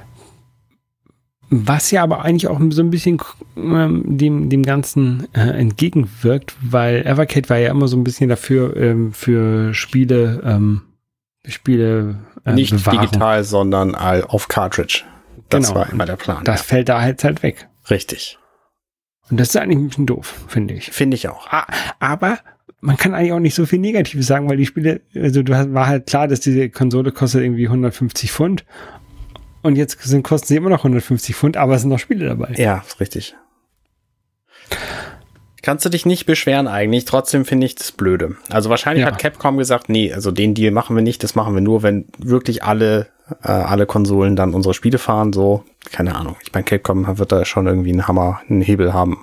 S2: was ja aber eigentlich auch so ein bisschen ähm, dem, dem Ganzen äh, entgegenwirkt, weil Evercade war ja immer so ein bisschen dafür, ähm, für Spiele, ähm, Spiele äh,
S3: nicht
S2: Bewahrung.
S3: digital, sondern all auf Cartridge. Das
S2: Genau.
S3: war immer der Plan.
S2: Das fällt da halt halt weg.
S3: ja. Richtig.
S2: Und das ist eigentlich ein bisschen doof, finde ich.
S3: Finde ich auch.
S2: Ah, aber man kann eigentlich auch nicht so viel Negatives sagen, weil die Spiele, also du hast, war halt klar, dass diese Konsole kostet irgendwie hundertfünfzig Pfund. Und jetzt sind, kosten sie immer noch hundertfünfzig Pfund, aber es sind noch Spiele dabei.
S3: Ja, ist richtig. Kannst du dich nicht beschweren eigentlich, trotzdem finde ich das blöde. Also wahrscheinlich
S2: Ja.
S3: hat Capcom gesagt, nee, also den Deal machen wir nicht, das machen wir nur, wenn wirklich alle äh, alle Konsolen dann unsere Spiele fahren, so, keine Ahnung. Ich meine, Capcom wird da schon irgendwie einen Hammer, einen Hebel haben.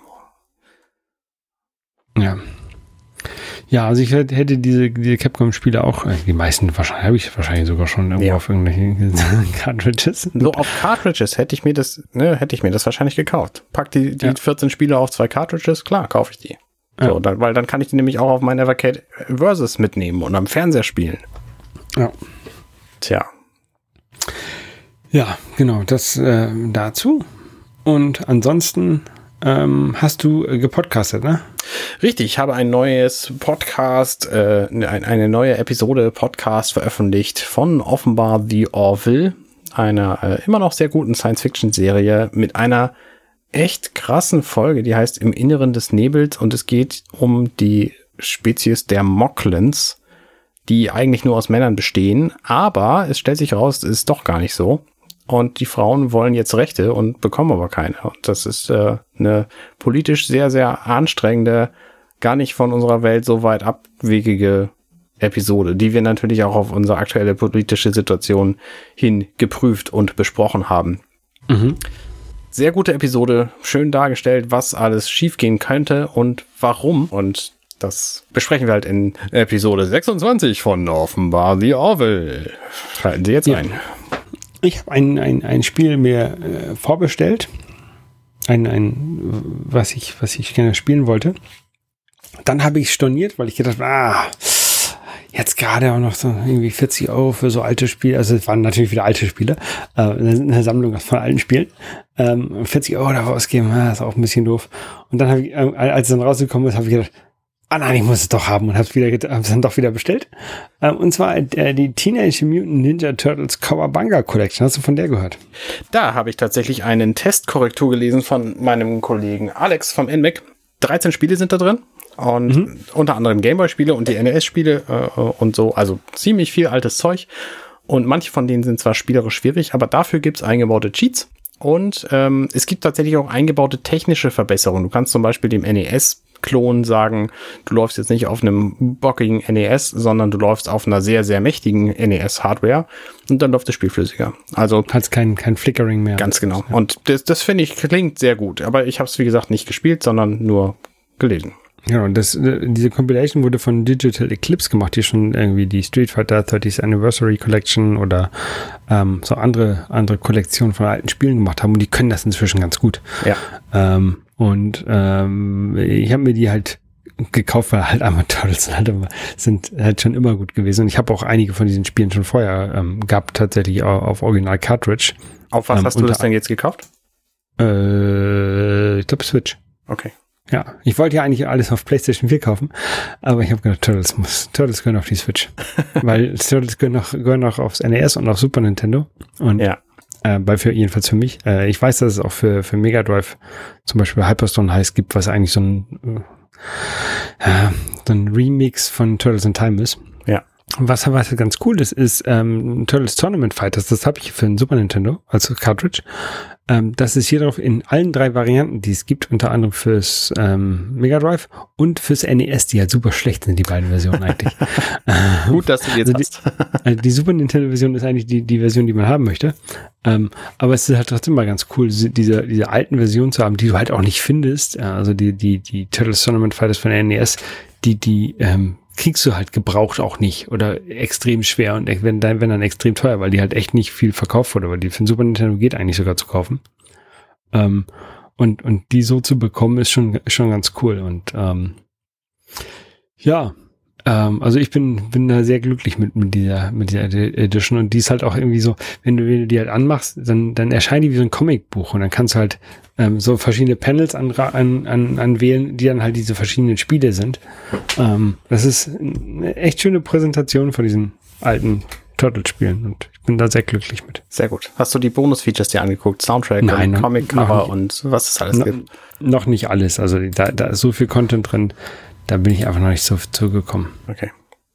S2: Ja. Ja, also ich hätte hätte diese, diese Capcom-Spiele auch, äh, die meisten wahrscheinlich, habe ich wahrscheinlich sogar schon irgendwo
S3: Ja.
S2: auf irgendwelchen Cartridges.
S3: So auf Cartridges hätte ich mir das, ne, hätte ich mir das wahrscheinlich gekauft. Pack die, die
S2: Ja.
S3: vierzehn Spiele auf zwei Cartridges, klar, kaufe ich die.
S2: Ja.
S3: So, dann, weil dann kann ich die nämlich auch auf mein Evercade Versus mitnehmen und am Fernseher spielen.
S2: Ja.
S3: Tja.
S2: Ja, genau, das äh, dazu. Und ansonsten ähm, hast du äh, gepodcastet, ne?
S3: Richtig, ich habe ein neues Podcast, äh, ein- eine neue Episode Podcast veröffentlicht von offenbar The Orville, einer äh, immer noch sehr guten Science-Fiction-Serie mit einer echt krassen Folge, die heißt Im Inneren des Nebels, und es geht um die Spezies der Moklins, die eigentlich nur aus Männern bestehen, aber es stellt sich raus, es ist doch gar nicht so. Und die Frauen wollen jetzt Rechte und bekommen aber keine. Und das ist äh, eine politisch sehr, sehr anstrengende, gar nicht von unserer Welt so weit abwegige Episode, die wir natürlich auch auf unsere aktuelle politische Situation hin geprüft und besprochen haben.
S2: Mhm.
S3: Sehr gute Episode, schön dargestellt, was alles schiefgehen könnte und warum. Und das besprechen wir halt in Episode sechsundzwanzig von offenbar The Orville. Schalten Sie jetzt
S2: Ja.
S3: ein.
S2: Ich habe ein, ein, ein Spiel mir äh, vorbestellt. Ein, ein, was ich, was ich gerne spielen wollte. Dann habe ich storniert, weil ich gedacht habe, ah, jetzt gerade auch noch so irgendwie vierzig Euro für so alte Spiele. Also es waren natürlich wieder alte Spiele. Äh, eine Sammlung von alten Spielen. Ähm, vierzig Euro dafür ausgeben, ah, ist auch ein bisschen doof. Und dann habe ich, äh, als es dann rausgekommen ist, habe ich gedacht, ah nein, ich muss es doch haben, und habe es wieder, hab's dann doch wieder bestellt. Ähm, und zwar äh, die Teenage Mutant Ninja Turtles Cowabunga Collection. Hast du von der gehört?
S3: Da habe ich tatsächlich einen Testkorrektur gelesen von meinem Kollegen Alex vom N M A C. dreizehn Spiele sind da drin. Und mhm. unter anderem Gameboy-Spiele und die N E S-Spiele äh, und so. Also ziemlich viel altes Zeug. Und manche von denen sind zwar spielerisch schwierig, aber dafür gibt's eingebaute Cheats. Und ähm, es gibt tatsächlich auch eingebaute technische Verbesserungen. Du kannst zum Beispiel dem N E S-Klon sagen, du läufst jetzt nicht auf einem bockigen N E S, sondern du läufst auf einer sehr, sehr mächtigen N E S-Hardware, und dann läuft das Spiel flüssiger. Also
S2: hat kein, kein Flickering mehr.
S3: Ganz genau. Ja. Und das, das finde ich, klingt sehr gut. Aber ich habe es, wie gesagt, nicht gespielt, sondern nur gelesen.
S2: Genau, das, diese Compilation wurde von Digital Eclipse gemacht, die schon irgendwie die Street Fighter thirtieth Anniversary Collection oder ähm, so andere andere Kollektionen von alten Spielen gemacht haben, und die können das inzwischen ganz gut.
S3: Ja.
S2: Ähm, und ähm, ich habe mir die halt gekauft, weil halt einmal Turtles halt immer, sind halt schon immer gut gewesen, und ich habe auch einige von diesen Spielen schon vorher ähm, gehabt, tatsächlich auf, auf Original Cartridge.
S3: Auf was
S2: ähm,
S3: hast du das denn jetzt gekauft?
S2: Äh, ich glaube Switch.
S3: Okay.
S2: Ja, ich wollte ja eigentlich alles auf PlayStation vier kaufen, aber ich habe gedacht, Turtles muss, Turtles gehören auf die Switch. Weil Turtles gehören noch, gehören noch aufs N E S und auf Super Nintendo. Und
S3: ja.
S2: äh, bei für, jedenfalls für mich. Äh, ich weiß, dass es auch für, für Mega Drive zum Beispiel Hyperstone heißt gibt, was eigentlich so ein, äh, so ein Remix von Turtles in Time ist.
S3: Ja.
S2: Was, was ganz cool ist, ist ähm, Turtles Tournament Fighters. Das habe ich für den Super Nintendo, also Cartridge. Ähm, das ist hier drauf in allen drei Varianten, die es gibt, unter anderem fürs ähm, Mega Drive und fürs N E S, die halt super schlecht sind, die beiden Versionen eigentlich.
S3: Gut, dass du die jetzt
S2: also
S3: hast.
S2: Die, also die Super Nintendo-Version ist eigentlich die, die Version, die man haben möchte. Ähm, aber es ist halt trotzdem mal ganz cool, diese, diese, diese alten Versionen zu haben, die du halt auch nicht findest. Also die, die, die Turtles Tournament Fighters von N E S, die, die, ähm, kriegst du halt gebraucht auch nicht oder extrem schwer und wenn dann, wenn dann extrem teuer, weil die halt echt nicht viel verkauft wurde, weil die für den Super Nintendo geht eigentlich sogar zu kaufen. Ähm, und, und die so zu bekommen ist schon, schon ganz cool und, ähm, ja, ähm, also ich bin, bin da sehr glücklich mit, mit dieser, mit dieser Edition und die ist halt auch irgendwie so, wenn du, wenn du die halt anmachst, dann, dann erscheint die wie so ein Comicbuch und dann kannst du halt, ähm, so verschiedene Panels an, an, an, anwählen, die dann halt diese verschiedenen Spiele sind. Ähm, das ist eine echt schöne Präsentation von diesen alten Turtle-Spielen und ich bin da sehr glücklich mit.
S3: Sehr gut. Hast du die Bonus-Features dir angeguckt? Soundtrack,
S2: Nein,
S3: Comic-Cover und was es alles
S2: no,
S3: gibt?
S2: Noch nicht alles. Also da, da ist so viel Content drin, da bin ich einfach noch nicht so zugekommen.
S3: Okay.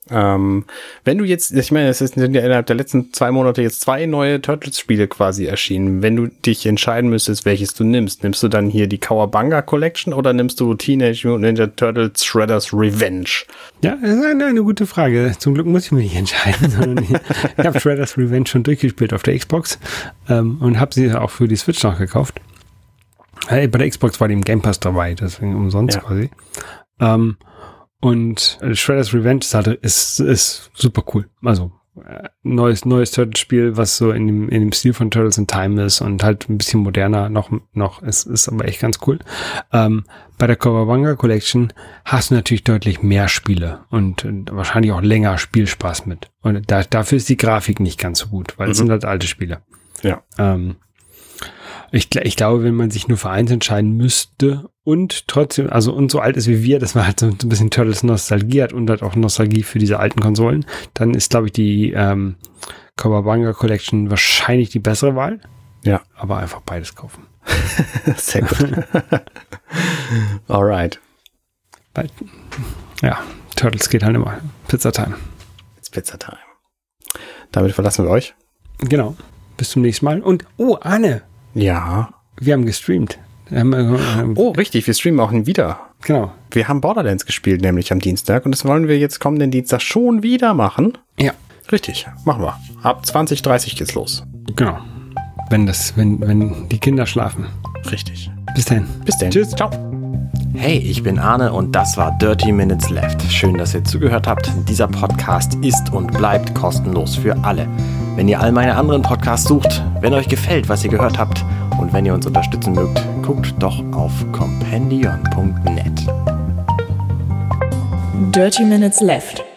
S3: Ähm, wenn du jetzt, ich meine, es sind ja innerhalb der letzten zwei Monate jetzt zwei neue Turtles-Spiele quasi erschienen. Wenn du dich entscheiden müsstest, welches du nimmst, nimmst du dann hier die Cowabunga Collection oder nimmst du Teenage Mutant Ninja Turtles Shredder's Revenge?
S2: Ja, das ist eine, eine gute Frage. Zum Glück muss ich mich nicht entscheiden, sondern ich, ich habe Shredder's Revenge schon durchgespielt auf der Xbox ähm, und habe sie auch für die Switch noch gekauft. Hey, bei der Xbox war die im Game Pass dabei, deswegen umsonst ja. quasi. Ähm, Und Shredder's Revenge ist, halt, ist, ist super cool. Also äh, neues neues Turtles-Spiel, was so in dem in dem Stil von Turtles in Time ist und halt ein bisschen moderner noch noch. Es ist aber echt ganz cool. Ähm, bei der Cowabunga Collection hast du natürlich deutlich mehr Spiele und äh, wahrscheinlich auch länger Spielspaß mit. Und da, dafür ist die Grafik nicht ganz so gut, weil mhm. es sind halt alte Spiele.
S3: Ja.
S2: Ähm, Ich, ich glaube, wenn man sich nur für eins entscheiden müsste und trotzdem, also und so alt ist wie wir, dass man halt so ein bisschen Turtles Nostalgie hat und halt auch Nostalgie für diese alten Konsolen, dann ist, glaube ich, die ähm, Cowabunga Collection wahrscheinlich die bessere Wahl.
S3: Ja.
S2: Aber einfach beides kaufen.
S3: Sehr gut. Alright.
S2: Weil, ja, Turtles geht halt immer. Pizza Time.
S3: It's Pizza Time. Damit verlassen wir euch.
S2: Genau. Bis zum nächsten Mal. Und, oh, Arne.
S3: Ja.
S2: Wir haben gestreamt. Ähm, ähm,
S3: oh, richtig, wir streamen auch wieder.
S2: Genau.
S3: Wir haben Borderlands gespielt, nämlich am Dienstag. Und das wollen wir jetzt kommenden Dienstag schon wieder machen.
S2: Ja.
S3: Richtig, machen wir. Ab zwanzig, dreißig geht's los.
S2: Genau. Wenn das, wenn, wenn die Kinder schlafen.
S3: Richtig.
S2: Bis dann.
S3: Bis dann.
S2: Tschüss.
S3: Ciao.
S4: Hey, ich bin Arne und das war Dirty Minutes Left. Schön, dass ihr zugehört habt. Dieser Podcast ist und bleibt kostenlos für alle. Wenn ihr all meine anderen Podcasts sucht, wenn euch gefällt, was ihr gehört habt und wenn ihr uns unterstützen mögt, guckt doch auf compendion punkt net.
S5: Dirty Minutes Left.